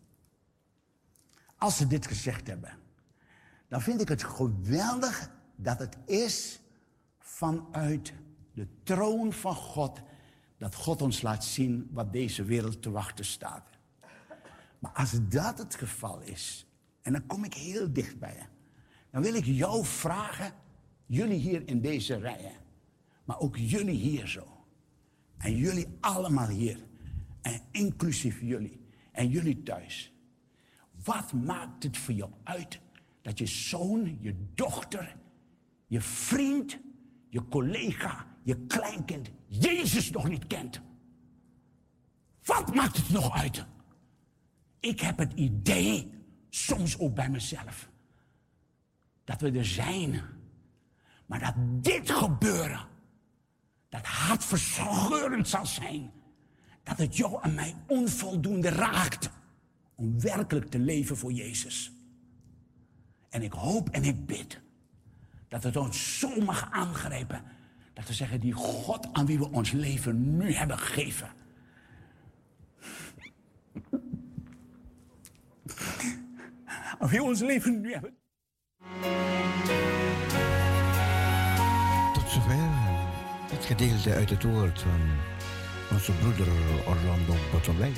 als ze dit gezegd hebben, dan vind ik het geweldig dat het is vanuit de troon van God, dat God ons laat zien wat deze wereld te wachten staat. Maar als dat het geval is, en dan kom ik heel dicht bij je, dan wil ik jou vragen, jullie hier in deze rijen, maar ook jullie hier zo, en jullie allemaal hier, en inclusief jullie, en jullie thuis. Wat maakt het voor jou uit dat je zoon, je dochter, je vriend, je collega, je kleinkind Jezus nog niet kent? Wat maakt het nog uit? Ik heb het idee, soms ook bij mezelf, dat we er zijn. Maar dat dit gebeuren, dat hartverscheurend zal zijn. Dat het jou en mij onvoldoende raakt om werkelijk te leven voor Jezus. En ik hoop en ik bid dat het ons zo mag aangrijpen. Dat we zeggen, die God aan wie we ons leven nu hebben gegeven. Aan wie we ons leven nu hebben. Tot zover het gedeelte uit het woord van onze broeder Orlando Bottomley.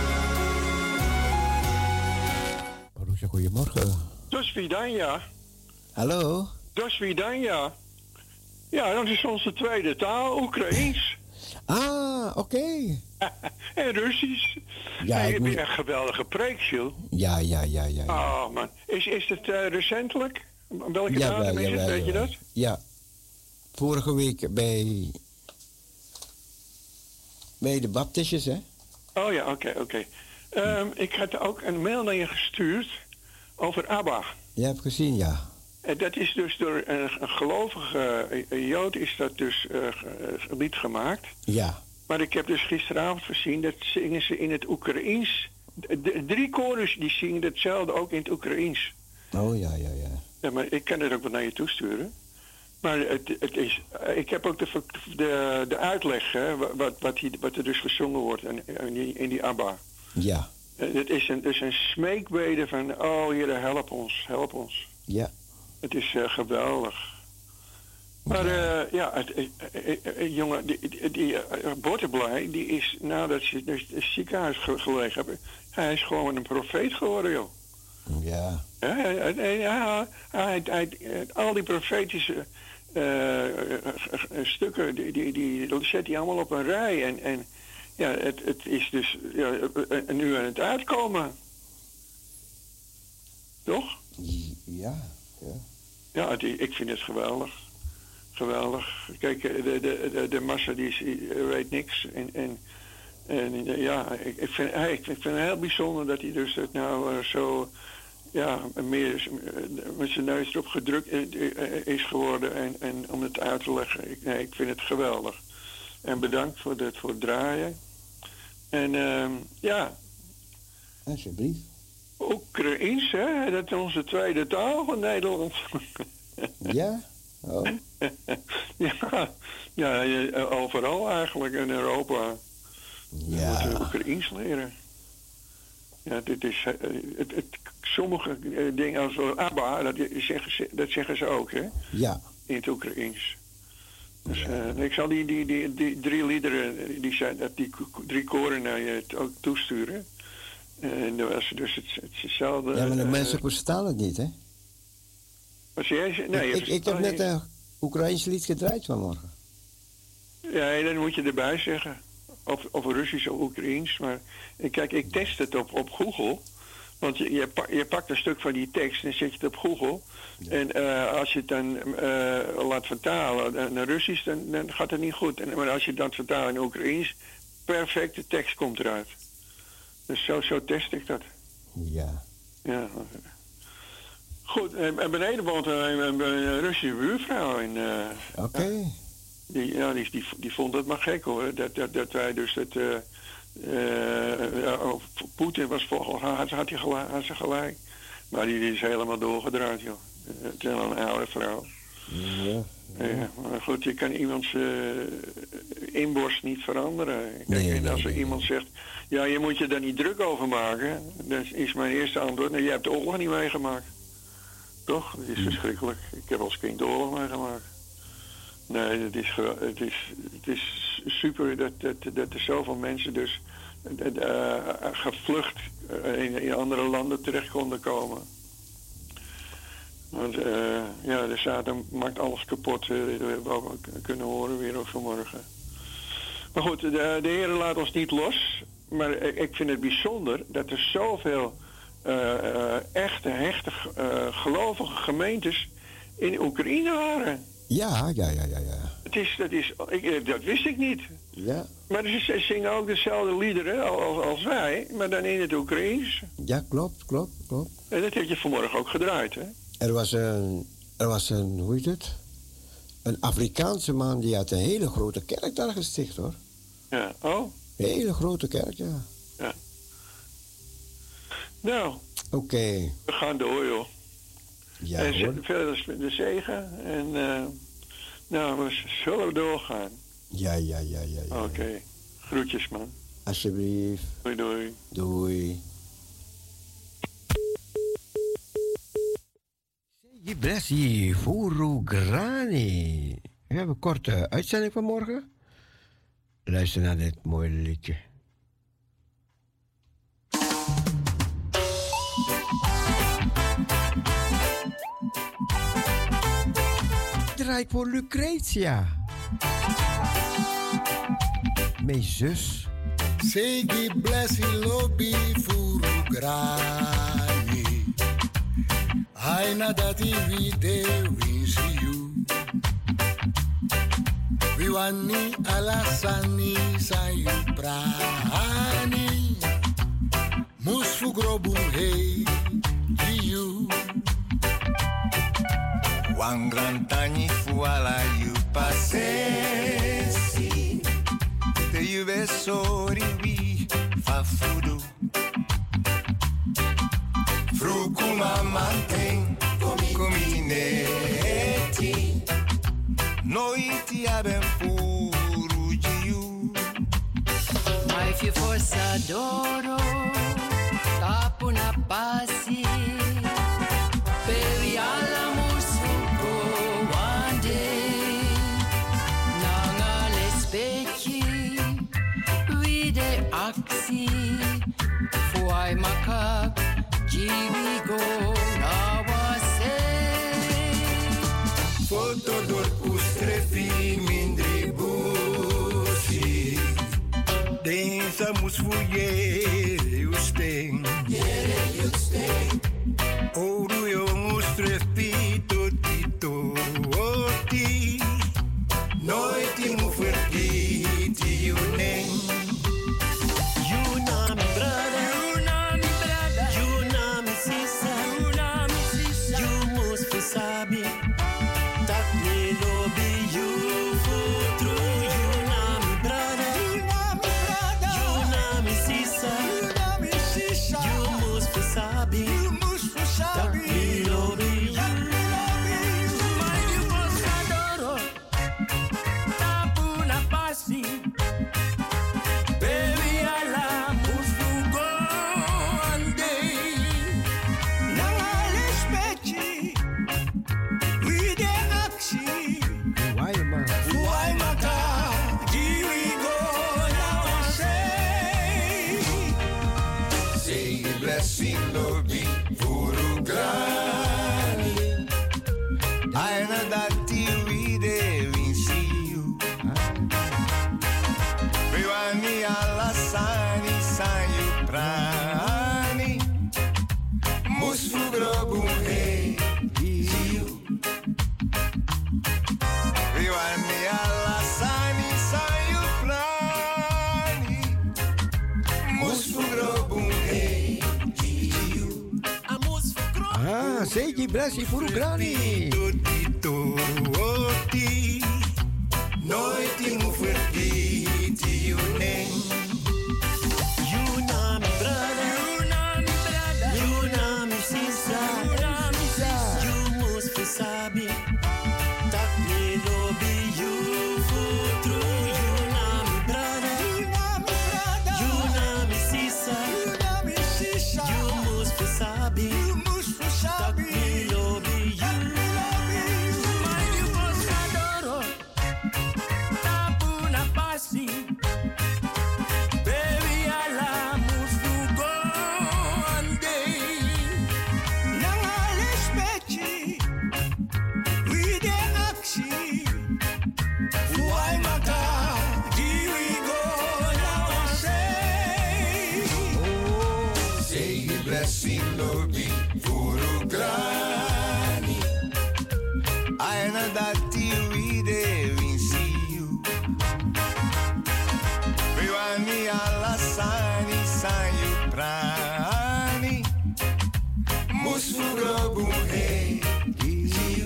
Vidania, Hallo? До свидания. Ja, dat is onze tweede taal, Oekraïens. Ah, oké. En Russisch. Ja, je ik hebt moet- echt geweldige preek, Jules. Ja. Oh man, is het recentelijk? Welke Jawel, datum is het, weet je dat? Ja. Vorige week bij de baptistjes, hè? Oh ja, oké. Ik had ook een mail naar je gestuurd over ABBA. Je hebt gezien, ja. En dat is dus door een gelovige Jood is dat dus lied gemaakt. Ja. Maar ik heb dus gisteravond gezien, dat zingen ze in het Oekraïens. 3 koren die zingen hetzelfde ook in het Oekraïens. Oh, ja. Ja, maar ik kan het ook wel naar je toesturen. Maar het is, ik heb ook de uitleg, hè, wat er dus gezongen wordt in die ABBA. Ja. Het is een smeekbede van, oh Heer, help ons. Ja. Het is geweldig. Maar jongen, die Botterblij, die is nadat ze dus in het ziekenhuis gelegen hebben, hij is gewoon een profeet geworden, joh. Ja. Al die profetische stukken, die zet hij allemaal op een rij. En ja, het is dus nu aan het uitkomen. Toch? Ja. Ja, ik vind het geweldig. Geweldig. Kijk, de massa die weet niks. En ja, ik vind het heel bijzonder dat hij dus het nou zo, ja, meer met zijn neus erop gedrukt is geworden. En om het uit te leggen, ik vind het geweldig. En bedankt voor het draaien. En ja. Alsjeblieft. Oekraïens, hè? Dat is onze tweede taal van Nederland. Ja? Oh. ja, overal eigenlijk in Europa. Ja. We moeten Oekraïens leren. Ja, dit is sommige dingen als ABBA, dat zeggen ze ook, hè? Ja. In het Oekraïens. Dus ik zal die 3 liederen, die 3 koren naar je ook toesturen. En dan was dus hetzelfde. Ja, maar de mensen verstaan het niet, hè? Wat zei jij? Nee, ik heb net een Oekraïns lied gedraaid vanmorgen. Ja, dan moet je erbij zeggen. Of Russisch of Oekraïens. Maar kijk, ik test het op Google. Want je pakt een stuk van die tekst en zet je het op Google. Ja. En als je het dan laat vertalen naar Russisch, dan gaat het niet goed. Maar als je dat vertaalt in Oekraïens, perfecte tekst komt eruit. Dus zo test ik dat. Ja. Ja. Goed, en beneden woont een Russische buurvrouw. Oké. Die vond het maar gek, hoor. Dat wij dus het... Poetin was volgens haar, had ze gelijk. Maar die is helemaal doorgedraaid, joh. Het is wel een oude vrouw. Ja. Maar goed, je kan iemands inborst niet veranderen. Kijk, als er iemand zegt, ja, je moet je daar niet druk over maken, dan is mijn eerste antwoord, nou, je hebt de oorlog niet meegemaakt. Toch? Het is verschrikkelijk. Ik heb als kind de oorlog meegemaakt. Nee, het is super dat er zoveel mensen dus gevlucht in andere landen terecht konden komen. Want ja, de Satan maakt alles kapot. Dat hebben we ook kunnen horen weer ook vanmorgen. Maar goed, de Heer laat ons niet los. Maar ik vind het bijzonder dat er zoveel echte, hechte, gelovige gemeentes in Oekraïne waren. Ja. Dat wist ik niet. Ja. Maar ze zingen ook dezelfde liederen als wij, maar dan in het Oekraïens. Ja, klopt. En dat heb je vanmorgen ook gedraaid, hè? Er was een, hoe heet het? Een Afrikaanse man die had een hele grote kerk daar gesticht, hoor. Ja, oh? Een hele grote kerk, ja. Ja. Nou. Oké. We gaan door, joh. Ja, en hoor. verder de zegen. En nou, we zullen doorgaan. Ja. Oké. Groetjes, man. Alsjeblieft. Doei. Doei. Brassi, Furu Grani. We hebben een korte uitzending vanmorgen. Luister naar dit mooie liedje. draai ik voor Lucretia. Mijn zus. Segi blessi lobby furu grani. Aina dati vide winsi you. Viwani alasani sayu prani. Musfu grobu hey you. Wangrantani fuala you passesi. Te juve sori wi fa fudu. Frukuma manteng comineti. Noi ti abbiamo puru giu. Ma if you forse adoro, tapo na passi. Baby, alla musuko one day. Nanga le specchi, vide axi. Fuai makap, jiwigo na wase. Foto dor pustrefi mindri busi. Densa musfuye usting. Ouro eu mustrefi totito oti. Noite mu fertiti unen. You know me brother, you know me brother, you know me sister, you know me sister. You must be sabi. Dat me lobby you for true. You know me brother, you know me brother, you know me sister, you know me sister. You must be sabi, you must be sabi. Dat me lobby you, my you must adoro. Tapu na pasi, baby ala must go one day. Now I respect you. We the aksi. Why, man? Why maka? Here we go now I say blessing lobby furu grani. Aina dati vide vinci you. Vivani alla sani sanyu prani. Musfu grobu hey you. Vivani alla sani sanyu prani. Musfu grobu hey you. Amusfu grobu. Ah, Segi blessi furu grani. Totito oti. Noite mu fertiti unen. You know me brother, you know me brother, you know me sister, you know me sister. You must be sabi. Dat me lobby you for true. You know me brother, you know me brother, you know me sister, you know me sister. You must be sabi, you must be sabi. Dat me lobby you, my you must adoro. Tapu na pasi, baby ala must go one day. Now I respect you. We the aksi. Why maka? Here we go now I say. Say blessing lobby furu grani. Aina dati vide vinci you. Vivani alla sani sanyu prani. Musfu grobu hey you.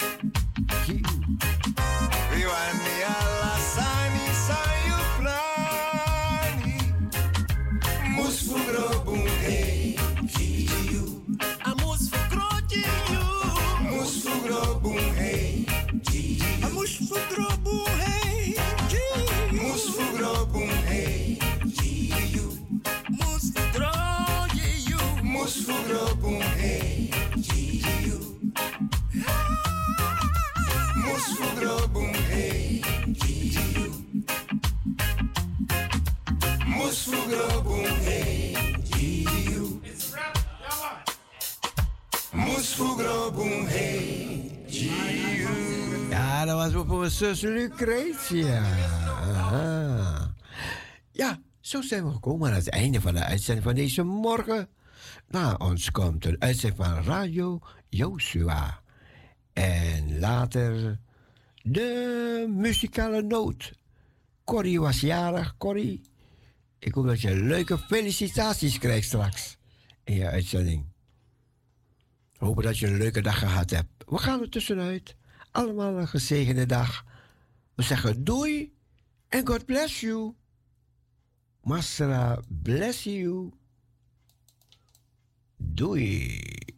Vivani alla sani sanyu prani. Musfu grobu hey you. Amusfu grobu you. Musfu grobu hey you. Amusfu grobu hey you. Musfu grobu hey you. Musfu grobu you. Musfu grobu hey you. Musfu grobu hey you. Musfu grobu hey you. Musfu grobu hey you. Ja, dat was voor mijn zus Lucretia. Aha. Ja, zo zijn we gekomen aan het einde van de uitzending van deze morgen. Na ons komt een uitzending van Radio Joshua. En later de muzikale noot. Corrie was jarig. Corrie, ik hoop dat je leuke felicitaties krijgt straks in je uitzending. Hopen dat je een leuke dag gehad hebt. We gaan er tussenuit. Allemaal een gezegende dag. We zeggen doei en God bless you. Masra bless you. Doei.